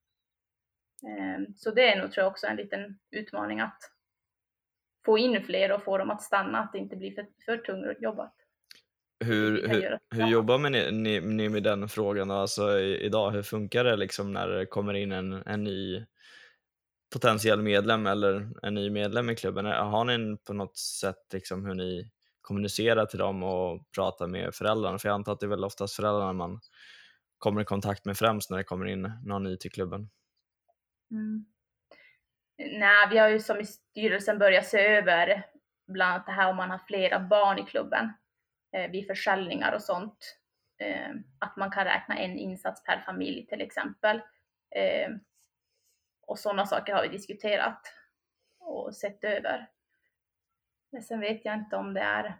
Speaker 2: Så det är nog, tror jag, också en liten utmaning att få in fler och få dem att stanna, att det inte blir för tungrotjobbat.
Speaker 1: Hur jobbar ni med den frågan då? Alltså idag, hur funkar det liksom när det kommer in en ny potentiell medlem eller en ny medlem i klubben? Har ni på något sätt liksom hur ni kommunicerar till dem och pratar med föräldrarna? För jag antar att det är väl oftast föräldrarna man kommer i kontakt med främst när det kommer in någon ny till klubben.
Speaker 2: Nej, vi har ju som i styrelsen börjat se över bland annat det här om man har flera barn i klubben vid försäljningar och sånt. Att man kan räkna en insats per familj till exempel. Och sådana saker har vi diskuterat och sett över. Men sen vet jag inte om det är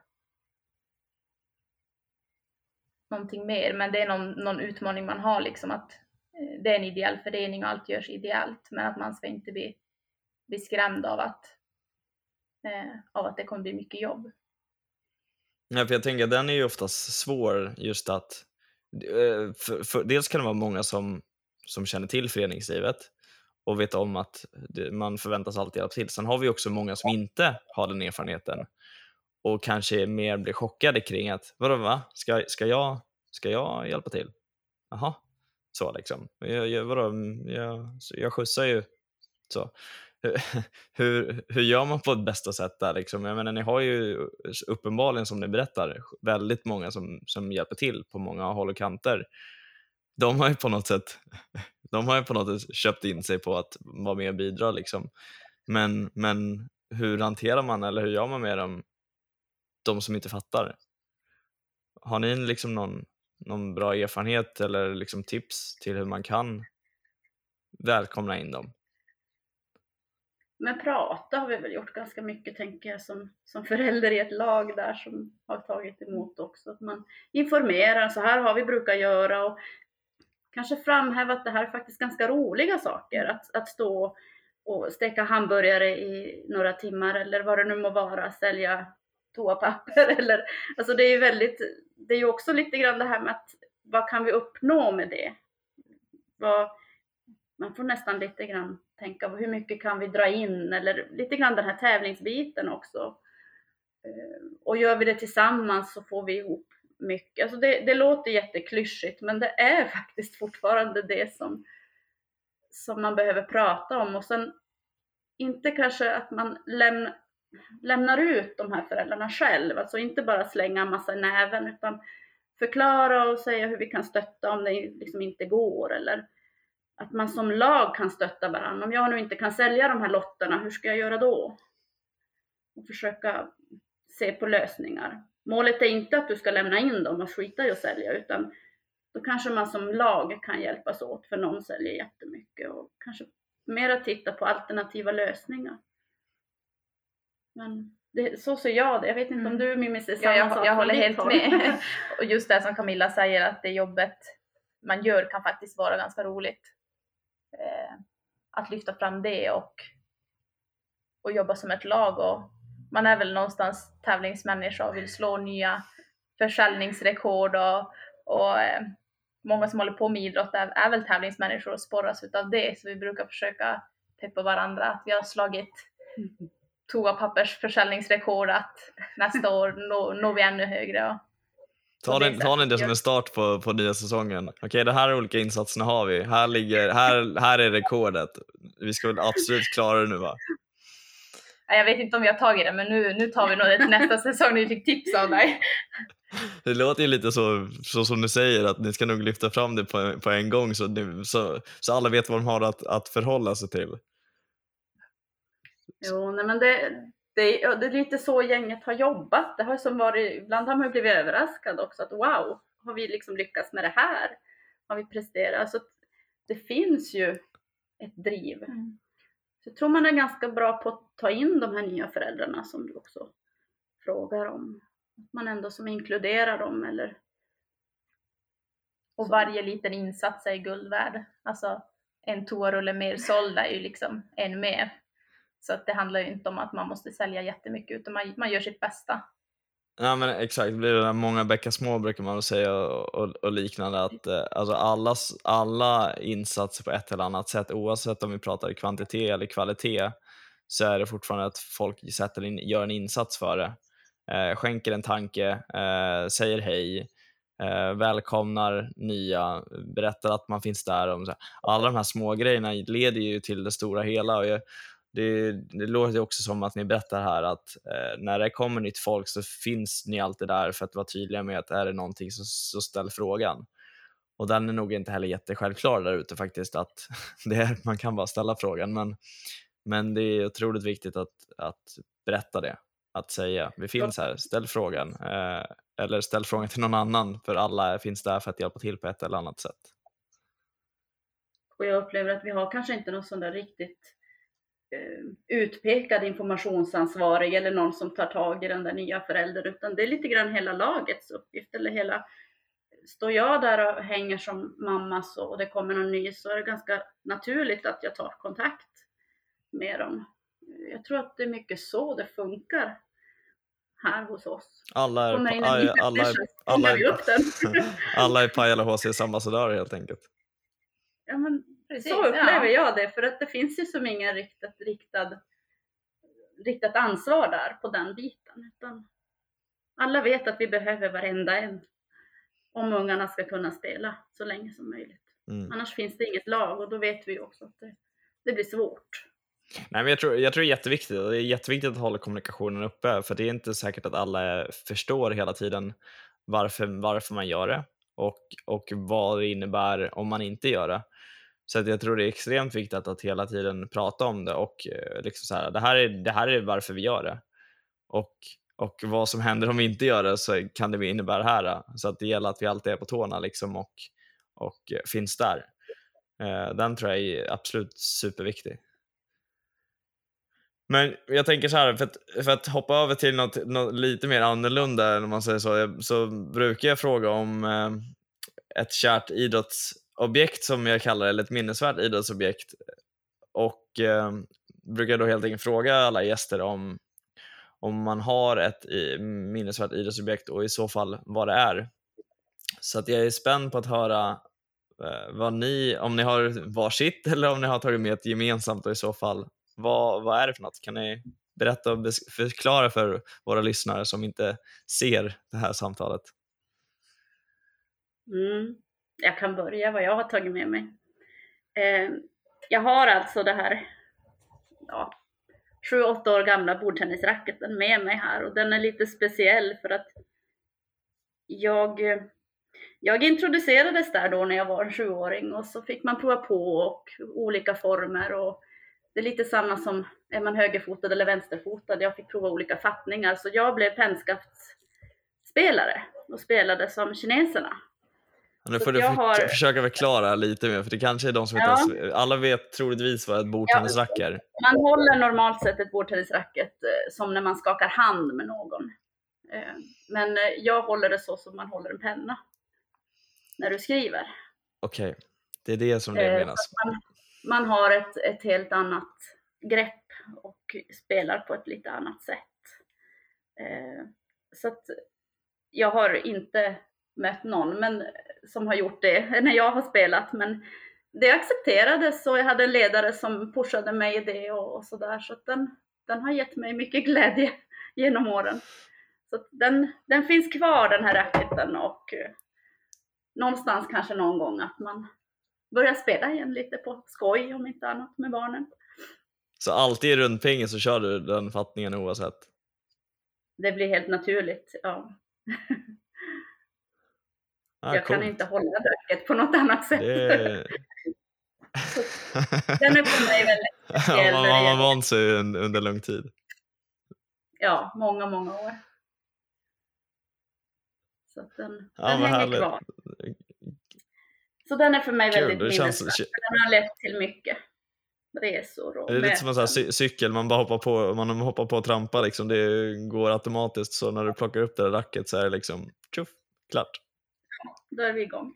Speaker 2: någonting mer, men det är någon utmaning man har, liksom att det är en ideell förening och allt görs ideellt, men att man ska inte bli skrämd av att det kommer bli mycket jobb.
Speaker 1: Ja, för jag tänker att den är ju oftast svår, just att för dels kan det vara många som känner till föreningslivet och vet om att man förväntas alltid hjälpa till. Sen har vi också många som inte har den erfarenheten och kanske mer blir chockade kring att vadå, va? Ska jag hjälpa till? Jaha, så liksom. Jag skjutsar ju så. Hur gör man på ett bästa sätt där liksom? Jag menar, ni har ju uppenbarligen, som ni berättar, väldigt många som hjälper till på många håll och kanter. De har ju på något sätt köpt in sig på att vara med och bidra liksom. Men hur hanterar man, eller hur gör man med de som inte fattar? Har ni liksom någon bra erfarenhet eller liksom tips till hur man kan välkomna in dem?
Speaker 3: Men prata har vi väl gjort ganska mycket, tänker jag, som förälder i ett lag där som har tagit emot också. Att man informerar, så här har vi brukar göra, och kanske framhäva att det här är faktiskt ganska roliga saker. Att stå och steka hamburgare i några timmar eller vad det nu må vara, sälja toapapper eller, alltså det är ju också lite grann det här med att vad kan vi uppnå med det? Man får nästan lite grann tänka på hur mycket kan vi dra in, eller lite grann den här tävlingsbiten också. Och gör vi det tillsammans så får vi ihop mycket. Alltså det låter jätteklyschigt, men det är faktiskt fortfarande det som man behöver prata om. Och sen inte kanske att man lämnar ut de här föräldrarna själv. Alltså inte bara slänga en massa i näven, utan förklara och säga hur vi kan stötta om det liksom inte går. Eller att man som lag kan stötta varandra. Om jag nu inte kan sälja de här lotterna, hur ska jag göra då? Och försöka se på lösningar. Målet är inte att du ska lämna in dem och skita i att sälja, utan då kanske man som lag kan hjälpas åt, för någon säljer jättemycket, och kanske mer att titta på alternativa lösningar. Men så ser jag det. Jag vet inte om du, Mimmi, ser samma sak.
Speaker 2: Jag håller helt med. Och just det som Camilla säger, att det jobbet man gör kan faktiskt vara ganska roligt. Att lyfta fram det och jobba som ett lag. Och man är väl någonstans tävlingsmänniska och vill slå nya försäljningsrekord. Och många som håller på med idrott är väl tävlingsmänniskor och sporras utav det. Så vi brukar försöka peppa varandra. Att vi har slagit toapappers försäljningsrekord, att nästa år når vi ännu högre.
Speaker 1: Ta ni det som en start på nya säsongen. Okej, det här olika insatserna har vi. Här är rekordet. Vi ska väl absolut klara det nu, va?
Speaker 2: Jag vet inte om vi har tagit det, men nu tar vi nog det till nästa säsong. Vi fick tips av dig.
Speaker 1: Det låter ju lite så som du säger, att ni ska nog lyfta fram det på en gång, så alla vet vad de har att förhålla sig till.
Speaker 3: Jo, nej, men det är lite så gänget har jobbat. Det har som varit, ibland har man blivit överraskad också, att wow, har vi liksom lyckats med det här? Har vi presterat? Alltså, det finns ju ett driv. Så jag tror man är ganska bra på att ta in de här nya föräldrarna som du också frågar om. Att man ändå som inkluderar dem. Eller...
Speaker 2: Och varje liten insats är guld värd. Alltså en toarulle mer såld är ju liksom en mer. Så att det handlar ju inte om att man måste sälja jättemycket, utan man gör sitt bästa.
Speaker 1: Ja, men exakt, det blir det många bäckar små, brukar man säga, och liknande, att alltså alla insatser på ett eller annat sätt, oavsett om vi pratar kvantitet eller kvalitet, så är det fortfarande att folk gör en insats för det. Skänker en tanke, säger hej, välkomnar nya, berättar att man finns där. Alla de här små grejerna leder ju till det stora hela, och det låter också som att ni berättar här att när det kommer nytt folk så finns ni alltid där för att vara tydliga med att är det någonting så ställ frågan. Och den är nog inte heller jättesjälvklar där ute faktiskt, att man kan bara ställa frågan, men det är otroligt viktigt att berätta det, att säga vi finns här, ställ frågan, eller ställ frågan till någon annan, för alla finns där för att hjälpa till på ett eller annat sätt.
Speaker 3: Och jag upplever att vi har kanske inte någon sån där riktigt utpekad informationsansvarig eller någon som tar tag i den där nya föräldern, utan det är lite grann hela lagets uppgift. Eller står jag där och hänger som mamma och det kommer någon ny, så är det ganska naturligt att jag tar kontakt med dem. Jag tror att det är mycket så det funkar här hos oss.
Speaker 1: Alla är Pajala HCs ambassadörer helt enkelt.
Speaker 3: Ja, men precis, så upplever jag det, för att det finns ju som ingen riktat ansvar där på den biten, utan alla vet att vi behöver varenda en om ungarna ska kunna spela så länge som möjligt. Annars finns det inget lag, och då vet vi också att det blir svårt.
Speaker 1: Nej, men jag tror det är jätteviktigt, och det är jätteviktigt att hålla kommunikationen uppe, för det är inte säkert att alla förstår hela tiden varför man gör det och vad det innebär om man inte gör det. Så att jag tror det är extremt viktigt att hela tiden prata om det, och liksom så här, det här är varför vi gör det, och vad som händer om vi inte gör det, så kan det innebära det här. Så att det gäller att vi alltid är på tårna liksom, och finns där. Den tror jag är absolut superviktig. Men jag tänker så här, för att hoppa över till något lite mer annorlunda, om man säger så brukar jag fråga om ett kärt idrottsobjekt, som jag kallar det, eller ett minnesvärt idrottsobjekt, och brukar då helt enkelt fråga alla gäster om man har ett minnesvärt idrottsobjekt, och i så fall vad det är. Så att jag är spänd på att höra om ni har varsitt eller om ni har tagit med ett gemensamt, och i så fall vad är det för något? Kan ni berätta och förklara för våra lyssnare som inte ser det här samtalet?
Speaker 3: Jag kan börja vad jag har tagit med mig. Jag har alltså det här 7-8 år gamla bordtennisracketen med mig här, och den är lite speciell för att jag introducerades där då när jag var 7-åring, och så fick man prova på och olika former, och det är lite samma som är man högerfotad eller vänsterfotad. Jag fick prova olika fattningar, så jag blev pennskaftspelare och spelade som kineserna.
Speaker 1: Nu får du försöka förklara lite mer, för det kanske är de som inte ens, alla vet troligtvis vad ett bordtennisracket är.
Speaker 3: Man håller normalt sett ett bordtennisracket som när man skakar hand med någon. Men jag håller det så som man håller en penna när du skriver.
Speaker 1: Okej, det är det som det menas.
Speaker 3: Man har ett helt annat grepp och spelar på ett lite annat sätt. Så att jag har inte mött någon som har gjort det när jag har spelat, men det accepterades, och jag hade en ledare som pushade mig i det och sådär, så att den har gett mig mycket glädje genom åren. Så att den finns kvar, den här racketen, och någonstans kanske någon gång att man börjar spela igen lite på skoj, om inte annat, med barnen.
Speaker 1: Så alltid i rundpingen så kör du den fattningen oavsett?
Speaker 3: Det blir helt naturligt, ja. Jag kan inte hålla racket på något annat sätt. Den är för mig väldigt speciell.
Speaker 1: Man har vant sig under lång tid.
Speaker 3: Ja, många år. Så att den hänger kvar. Så den är för mig väldigt minnesvärd. Den har lett till mycket resor och
Speaker 1: det är lite som en sån här cykel, man bara hoppar på och trampar liksom. Det går automatiskt, så när du plockar upp det där racket så är det liksom tjuff, klart.
Speaker 3: Då är vi igång.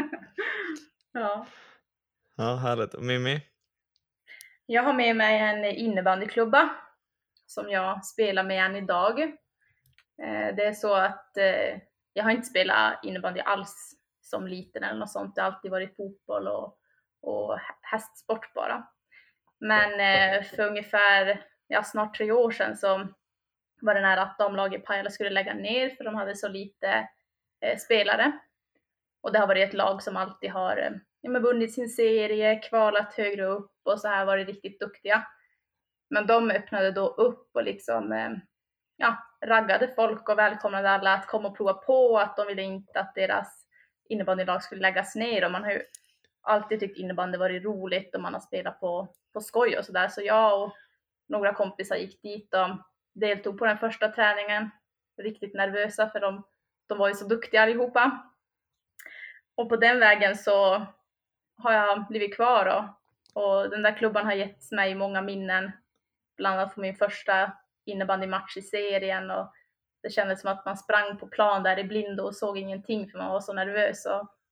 Speaker 3: Ja,
Speaker 1: härligt. Och Mimmi?
Speaker 2: Jag har med mig en innebandyklubba som jag spelar med än idag. Det är så att jag har inte spelat innebandy alls som liten eller något sånt. Det har alltid varit fotboll och hästsport bara. Men för ungefär snart 3 år sedan så var det nära att damlaget i Pajala skulle lägga ner, för de hade så lite spelare. Och det har varit ett lag som alltid har vunnit sin serie, kvalat högre upp och så här, varit riktigt duktiga. Men de öppnade då upp och liksom raggade folk och välkomnade alla att komma och prova på, att de ville inte att deras innebandylag skulle läggas ner. Och man har ju alltid tyckt innebandy varit roligt och man har spelat på skoj och sådär. Så jag och några kompisar gick dit och deltog på den första träningen. Riktigt nervösa, för de var ju så duktiga allihopa. Och på den vägen så har jag blivit kvar och den där klubban har gett mig många minnen. Bland annat på min första innebandymatch i serien, och det kändes som att man sprang på plan där i blindo och såg ingenting för man var så nervös.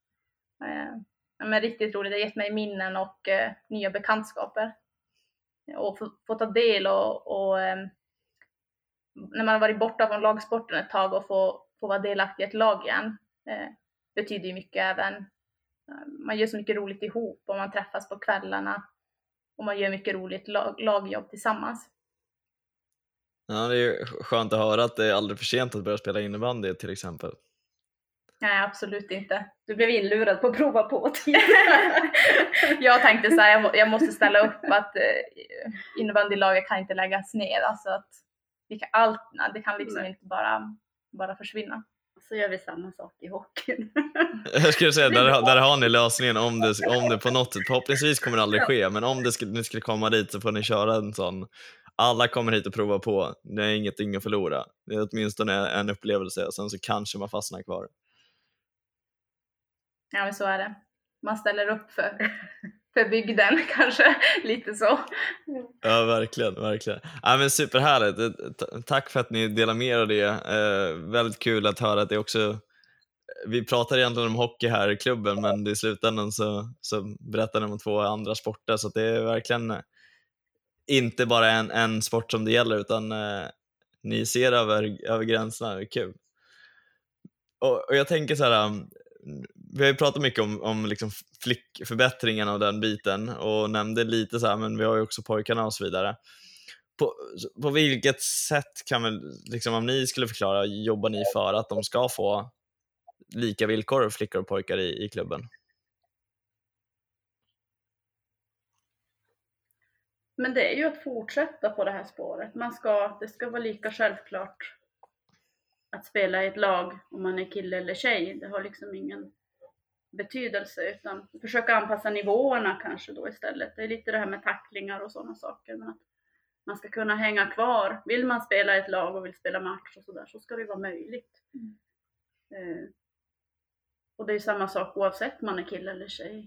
Speaker 2: Men riktigt roligt, det har gett mig minnen och nya bekantskaper. Och få ta del och när man har varit borta från lagsporten ett tag och få vara delaktig i ett lag igen betyder ju mycket. Även man gör så mycket roligt ihop och man träffas på kvällarna och man gör mycket roligt lagjobb tillsammans.
Speaker 1: Ja, det är ju skönt att höra att det är aldrig för sent att börja spela innebandy till exempel.
Speaker 2: Nej, absolut inte.
Speaker 3: Du blev inlurad på att prova på.
Speaker 2: Jag tänkte så här, jag måste ställa upp att innebandylaget kan inte läggas ner. Alltså att det kan liksom inte bara försvinna.
Speaker 3: Så gör vi samma sak i hockeyn.
Speaker 1: Jag skulle säga, där har ni lösningen om det på något sätt. Förhoppningsvis kommer det aldrig ske, men om ni skulle komma dit så får ni köra en sån. Alla kommer hit och prova på. Det är ingenting att förlora. Det är åtminstone en upplevelse, och sen så kanske man fastnar kvar.
Speaker 2: Ja, men så är det. Man ställer upp för bygden kanske, lite så.
Speaker 1: Ja, verkligen. Ja, men superhärligt. Tack för att ni delar med er av det. Väldigt kul att höra att det också... Vi pratar egentligen om hockey här i klubben, men i slutändan så berättar ni om 2 andra sporter, så att det är verkligen inte bara en sport som det gäller, utan ni ser över gränserna. Det är kul. Och jag tänker så här... Vi har ju pratat mycket om liksom flickförbättringen av den biten och nämnde lite så här, men vi har ju också pojkarna och så vidare. På vilket sätt kan väl, liksom, om ni skulle förklara, jobbar ni för att de ska få lika villkor, flickor och pojkar i klubben?
Speaker 3: Men det är ju att fortsätta på det här spåret. Det ska vara lika självklart att spela i ett lag om man är kille eller tjej. Det har liksom ingen betydelse, utan försöka anpassa nivåerna kanske då istället. Det är lite det här med tacklingar och sådana saker. Men att man ska kunna hänga kvar. Vill man spela i ett lag och vill spela match och sådär, så ska det vara möjligt. Och det är samma sak oavsett om man är kille eller tjej.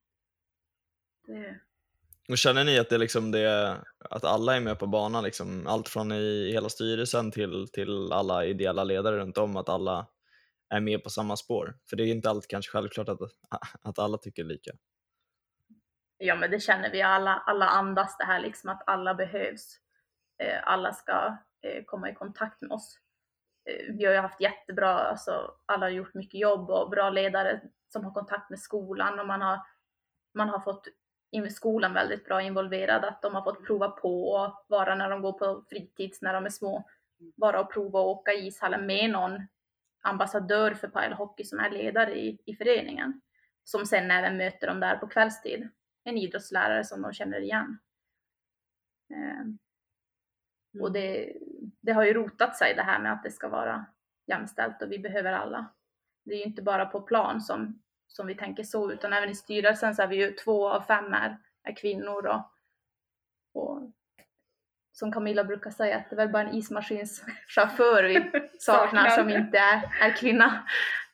Speaker 1: Och känner ni att det liksom det, att alla är med på banan, liksom, allt från i hela styrelsen till alla ideella ledare runt om, att alla är med på samma spår? För det är inte alltid kanske självklart att alla tycker lika.
Speaker 2: Ja, men det känner vi alla andas det här liksom, att alla behövs. Alla ska komma i kontakt med oss. Vi har ju haft jättebra, alltså alla har gjort mycket jobb och bra ledare som har kontakt med skolan, och man har fått skolan väldigt bra involverad, att de har fått prova på och vara när de går på fritids, när de är små, bara och prova att åka i ishallen med någon ambassadör för Pajala Hockey som är ledare i föreningen, som sen även möter dem där på kvällstid, en idrottslärare som de känner igen. Och det har ju rotat sig det här med att det ska vara jämställt och vi behöver alla. Det är ju inte bara på plan som vi tänker så, utan även i styrelsen så är vi ju 2 av 5 är kvinnor, och som Camilla brukar säga, att det är väl bara en ismaskinschaufför vi saknar som inte är kvinna.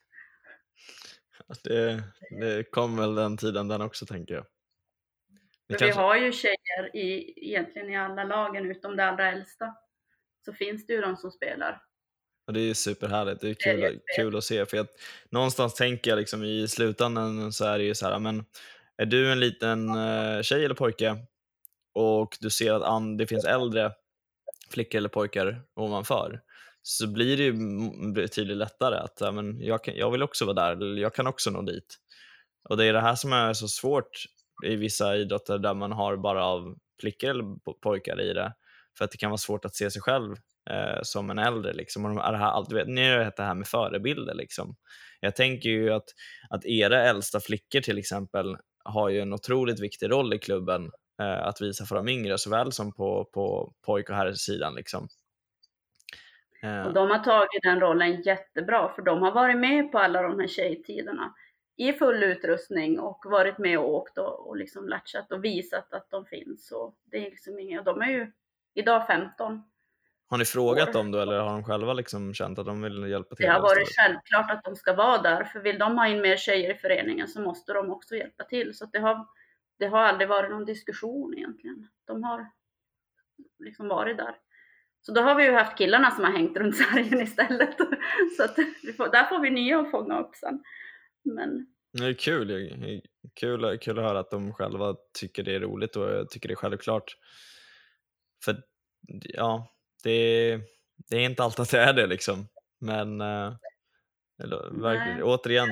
Speaker 1: Det kom väl den tiden den också, tänker jag.
Speaker 3: Vi har ju tjejer egentligen i alla lagen utom det allra äldsta, så finns det ju de som spelar.
Speaker 1: Och det är superhärligt, det är kul att se, för någonstans tänker jag liksom i slutändan så är det ju så här, men är du en liten tjej eller pojke och du ser att det finns äldre flickor eller pojkar ovanför, så blir det ju betydligt lättare att men jag vill också vara där, eller jag kan också nå dit. Och det är det här som är så svårt i vissa idrotter där man har bara av flickor eller pojkar i det, för att det kan vara svårt att se sig själv som en äldre liksom. Och ni vet det här med förebilder liksom. Jag tänker ju att era äldsta flickor till exempel har ju en otroligt viktig roll i klubben, att visa för de yngre såväl som på pojk- och herrsidan liksom.
Speaker 3: Och de har tagit den rollen jättebra, för de har varit med på alla de här tjejtiderna i full utrustning och varit med och åkt och liksom latchat och visat att de finns. Och det är liksom de är ju idag 15.
Speaker 1: Har ni frågat dem då, eller har de själva liksom känt att de vill hjälpa till?
Speaker 3: Det har varit självklart att de ska vara där, för vill de ha in mer tjejer i föreningen så måste de också hjälpa till. Så att det har aldrig varit någon diskussion egentligen. De har liksom varit där. Så då har vi ju haft killarna som har hängt runt sargen istället. Så att där får vi nya att fånga upp sen. Men
Speaker 1: det är kul att höra att de själva tycker det är roligt, och jag tycker det är självklart. För ja, det är inte alltid att det är det liksom. Men verkligen, återigen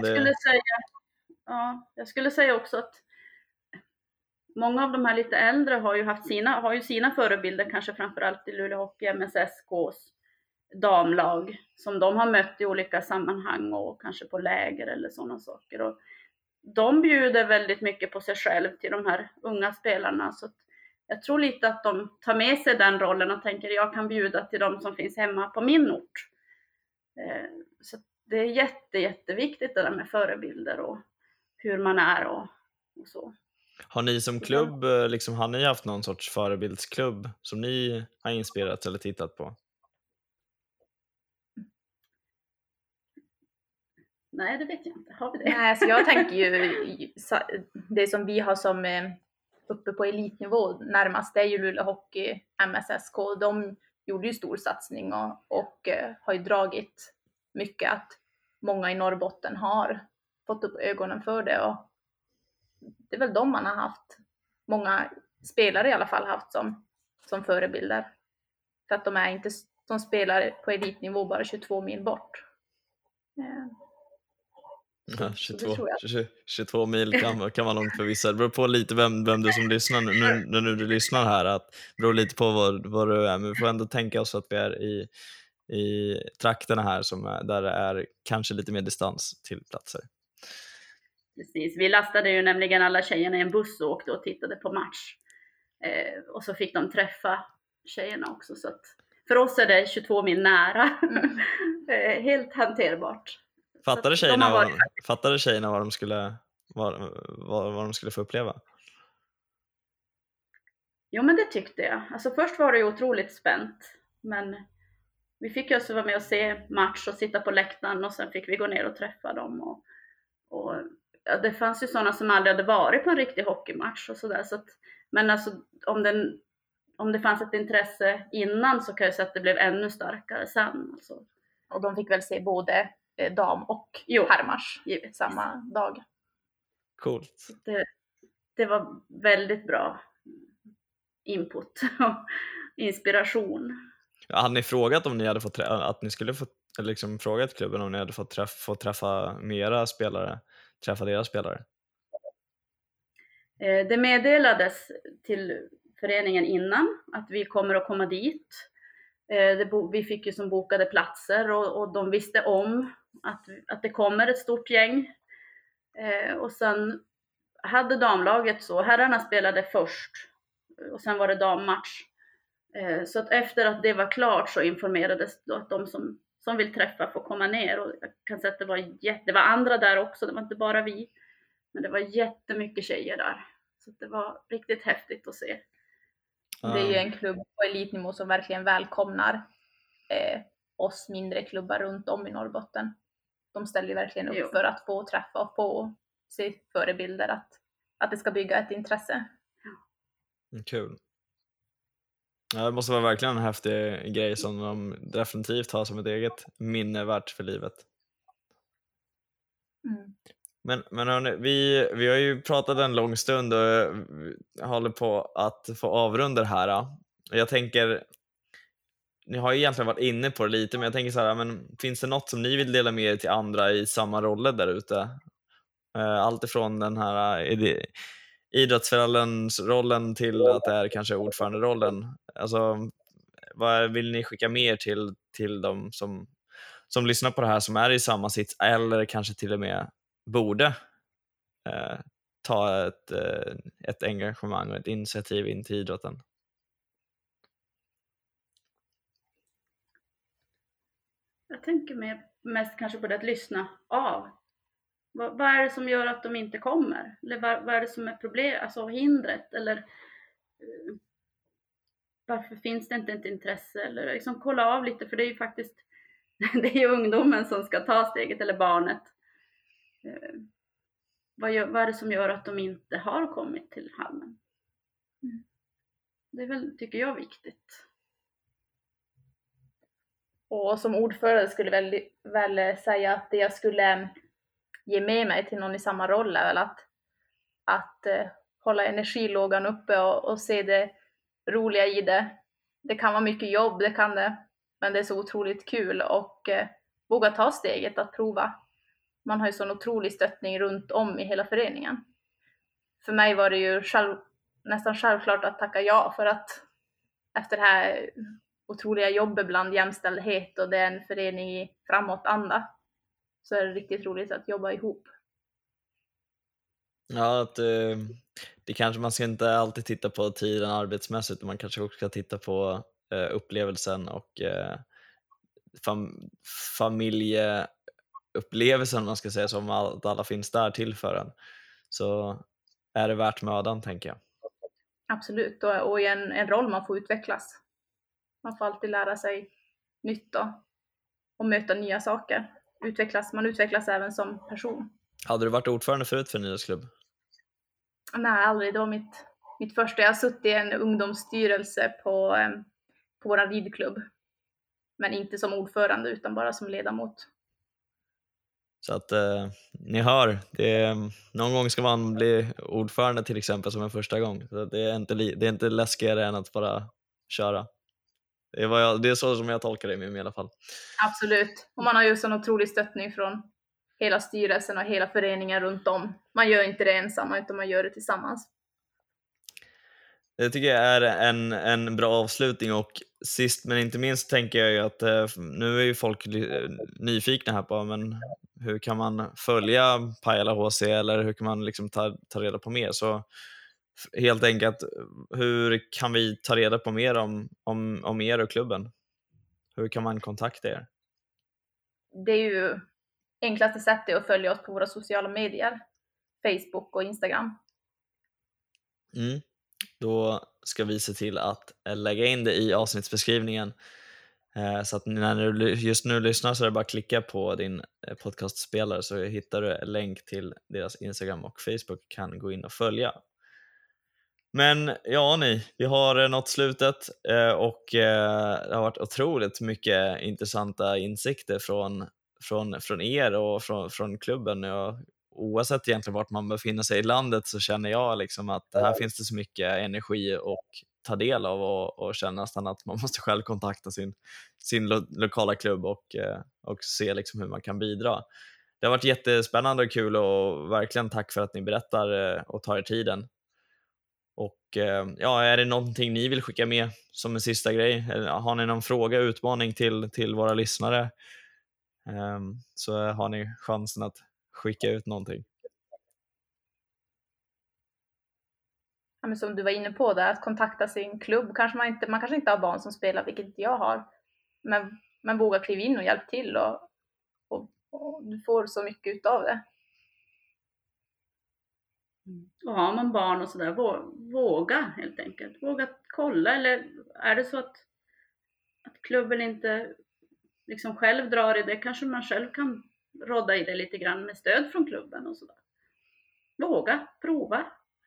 Speaker 3: jag skulle säga också att många av de här lite äldre har ju sina förebilder, kanske framförallt i Luleå Hockey, MSSKs damlag, som de har mött i olika sammanhang och kanske på läger eller sådana saker. Och de bjuder väldigt mycket på sig själv till de här unga spelarna, så att jag tror lite att de tar med sig den rollen och tänker jag kan bjuda till de som finns hemma på min ort. Så det är jätteviktigt det där med förebilder och hur man är och så.
Speaker 1: Har ni som klubb, liksom, har ni haft någon sorts förebildsklubb som ni har inspirerats eller tittat på?
Speaker 3: Nej, det vet jag inte. Har vi det?
Speaker 2: Nej, så jag tänker ju det som vi har som uppe på elitnivå närmast, det är ju Luleå Hockey, MSSK. De gjorde ju stor satsning och har ju dragit mycket, att många i Norrbotten har fått upp ögonen för det, och det är väl de man har haft, många spelare i alla fall haft som förebilder, för att de spelar på elitnivå bara 22 mil bort.
Speaker 1: Ja, 22 mil kan vara långt för vissa. Det beror på lite vem du som lyssnar nu du lyssnar här, att det beror lite på var du är, men vi får ändå tänka oss att vi är i trakterna här där det är kanske lite mer distans till platser.
Speaker 3: Precis, vi lastade ju nämligen alla tjejerna i en buss och åkte och tittade på match. Och så fick de träffa tjejerna också. Så att för oss är det 22 mil nära. Helt hanterbart.
Speaker 1: Fattade tjejerna vad de skulle få uppleva?
Speaker 3: Jo, men det tyckte jag. Alltså först var det ju otroligt spänt. Men vi fick ju också vara med och se match och sitta på läktaren. Och sen fick vi gå ner och träffa dem. Och ja, det fanns ju sådana som aldrig hade varit på en riktig hockeymatch och sådär. Så att, men alltså om det fanns ett intresse innan så kan jag säga att det blev ännu starkare sen. Alltså.
Speaker 2: Och de fick väl se både dam- och herrmatch samma dag.
Speaker 1: Coolt.
Speaker 3: Det var väldigt bra input och inspiration.
Speaker 1: Ja, hade ni frågat om ni hade fått att ni skulle få liksom frågat klubben om ni hade fått träffa mera spelare, träffa deras spelare?
Speaker 3: Det meddelades till föreningen innan att vi kommer att komma dit. Vi fick ju som bokade platser och de visste om att det kommer ett stort gäng. Och sen hade damlaget så, herrarna spelade först och sen var det dammatch. Så att efter att det var klart så informerades då att de som vill träffa får komma ner. Och jag kan säga att det var andra där också, det var inte bara vi. Men det var jättemycket tjejer där. Så det var riktigt häftigt att se.
Speaker 2: Det är ju en klubb på elitnivå som verkligen välkomnar oss mindre klubbar runt om i Norrbotten. De ställer ju verkligen upp för att få träffa och få se förebilder att det ska bygga ett intresse.
Speaker 1: Kul. Ja, det måste vara verkligen en häftig grej som de definitivt har som ett eget minne värt för livet. Men hörni, vi har ju pratat en lång stund och håller på att få avrunda det här. Jag tänker, ni har ju egentligen varit inne på det lite, men jag tänker så här, men finns det något som ni vill dela med er till andra i samma roller där ute? Allt ifrån den här idrottsföräldern rollen till att det är kanske ordföranderollen. Alltså, vad vill ni skicka mer till de som lyssnar på det här som är i samma sits eller kanske till och med borde ta ett engagemang och ett initiativ in till idrotten?
Speaker 3: Jag tänker mest kanske på det att lyssna av. Vad är det som gör att de inte kommer? Eller vad är det som är problem, alltså hindret? Eller varför finns det inte ett intresse? Eller liksom kolla av lite, för det är ju faktiskt det är ju ungdomen som ska ta steget, eller barnet. Vad är det som gör att de inte har kommit till hallen? Det är väl, tycker jag, viktigt.
Speaker 2: Och som ordförande skulle väl säga att det jag skulle ge med mig till någon i samma roll är väl att hålla energilågan uppe och se det roliga i det. Det kan vara mycket jobb, det kan det, men det är så otroligt kul och våga ta steget att prova. Man har ju sån otrolig stöttning runt om i hela föreningen. För mig var det ju nästan självklart att tacka ja, för att efter det här otroliga jobbet bland jämställdhet och det är en förening i framåtanda, så är det riktigt roligt att jobba ihop.
Speaker 1: Ja, att det kanske man ska inte alltid titta på tiden arbetsmässigt, man kanske också ska titta på upplevelsen och familjeupplevelsen, man ska säga, som att alla finns där till för en, så är det värt mödan, tänker jag.
Speaker 2: Absolut, och i en roll man får utvecklas. Man får alltid lära sig nytt och möta nya saker. Man utvecklas även som person.
Speaker 1: Hade du varit ordförande förut för en idrottsklubb?
Speaker 2: Nej, aldrig. Det var mitt första. Jag har suttit i en ungdomsstyrelse på vår ridklubb. Men inte som ordförande utan bara som ledamot.
Speaker 1: Så att ni hör, någon gång ska man bli ordförande till exempel som en första gång. Så det är inte läskigare än att bara köra. Det är så som jag tolkar det med i alla fall.
Speaker 2: Absolut. Och man har ju sån otrolig stöttning från hela styrelsen och hela föreningen runt om. Man gör inte det ensam utan man gör det tillsammans.
Speaker 1: Det tycker jag är en bra avslutning, och sist men inte minst tänker jag ju att nu är ju folk nyfikna här på, men hur kan man följa Pajala HC eller hur kan man liksom ta reda på mer? Så helt enkelt, hur kan vi ta reda på mer om er och klubben? Hur kan man kontakta er?
Speaker 2: Det är ju enklaste sättet att följa oss på våra sociala medier. Facebook och Instagram.
Speaker 1: Då ska vi se till att lägga in det i avsnittsbeskrivningen. Så att när du just nu lyssnar så är det bara att klicka på din podcastspelare så hittar du en länk till deras Instagram och Facebook, kan gå in och följa. Men ja, vi har nått slutet och det har varit otroligt mycket intressanta insikter från er och från klubben. Oavsett egentligen vart man befinner sig i landet så känner jag liksom att här finns det så mycket energi och ta del av och känna nästan att man måste själv kontakta sin lokala klubb och se liksom hur man kan bidra. Det har varit jättespännande och kul och verkligen tack för att ni berättar och tar er tiden. Och ja, är det någonting ni vill skicka med som en sista grej? Eller har ni någon fråga, utmaning till våra lyssnare? Så har ni chansen att skicka ut någonting.
Speaker 2: Ja, men som du var inne på där, att kontakta sin klubb. Man kanske inte har barn som spelar, vilket inte jag har. Men våga kliva in och hjälpa till och du får så mycket utav det.
Speaker 3: Och har man barn och sådär, våga helt enkelt. Våga kolla, eller är det så att klubben inte liksom själv drar i det, kanske man själv kan rodda i det lite grann med stöd från klubben och sådär. Våga, prova.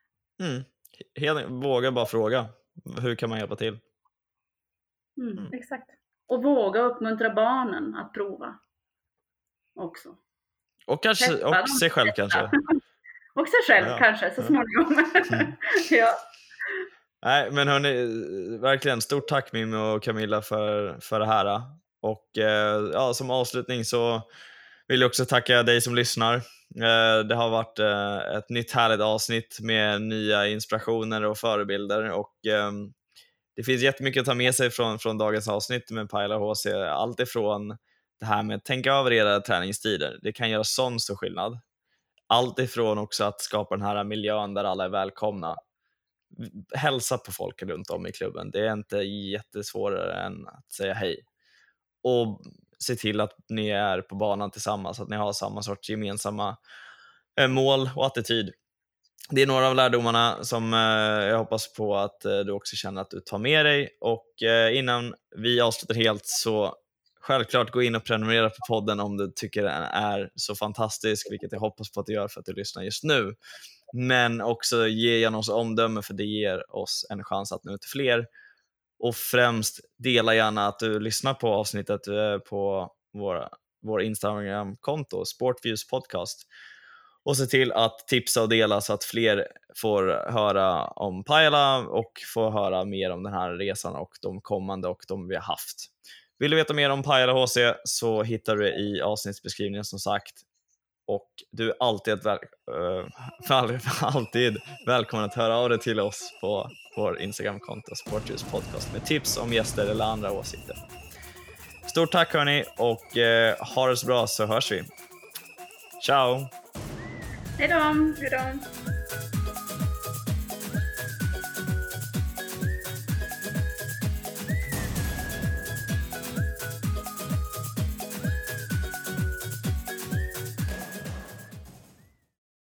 Speaker 1: Våga bara fråga. Hur kan man hjälpa till?
Speaker 2: Exakt.
Speaker 3: Och våga uppmuntra barnen att prova också.
Speaker 1: Och kanske och sig själv kanske.
Speaker 3: Och sig själv kanske så småningom. Ja.
Speaker 1: Nej, men hörni, verkligen stort tack Mimmi och Camilla för det här. Och ja, som avslutning så vill jag också tacka dig som lyssnar. Det har varit ett nytt härligt avsnitt med nya inspirationer och förebilder och det finns jättemycket att ta med sig från dagens avsnitt med Pajala HC. Allt ifrån det här med att tänka över era träningstider. Det kan göra sån stor skillnad. Allt ifrån också att skapa den här miljön där alla är välkomna. Hälsa på folk runt om i klubben. Det är inte jättesvårare än att säga hej. Och se till att ni är på banan tillsammans, att ni har samma sorts gemensamma mål och attityd. Det är några av lärdomarna som jag hoppas på att du också känner att du tar med dig. Och innan vi avslutar helt så självklart gå in och prenumerera på podden om du tycker den är så fantastisk, vilket jag hoppas på att du gör för att du lyssnar just nu. Men också ge gärna oss omdöme, för det ger oss en chans att nå ut till fler. Och främst dela gärna att du lyssnar på avsnittet på vår Instagram-konto Sportviews podcast. Och se till att tipsa och dela så att fler får höra om Pajala och får höra mer om den här resan och de kommande och de vi har haft. Vill du veta mer om Pajala HC så hittar du det i avsnittsbeskrivningen som sagt. Och du är alltid välkommen att höra av dig till oss på vår Instagram-konto Sportviews podcast med tips om gäster eller andra åsikter. Stort tack hörni och ha det så bra så hörs vi. Ciao!
Speaker 3: Hej då!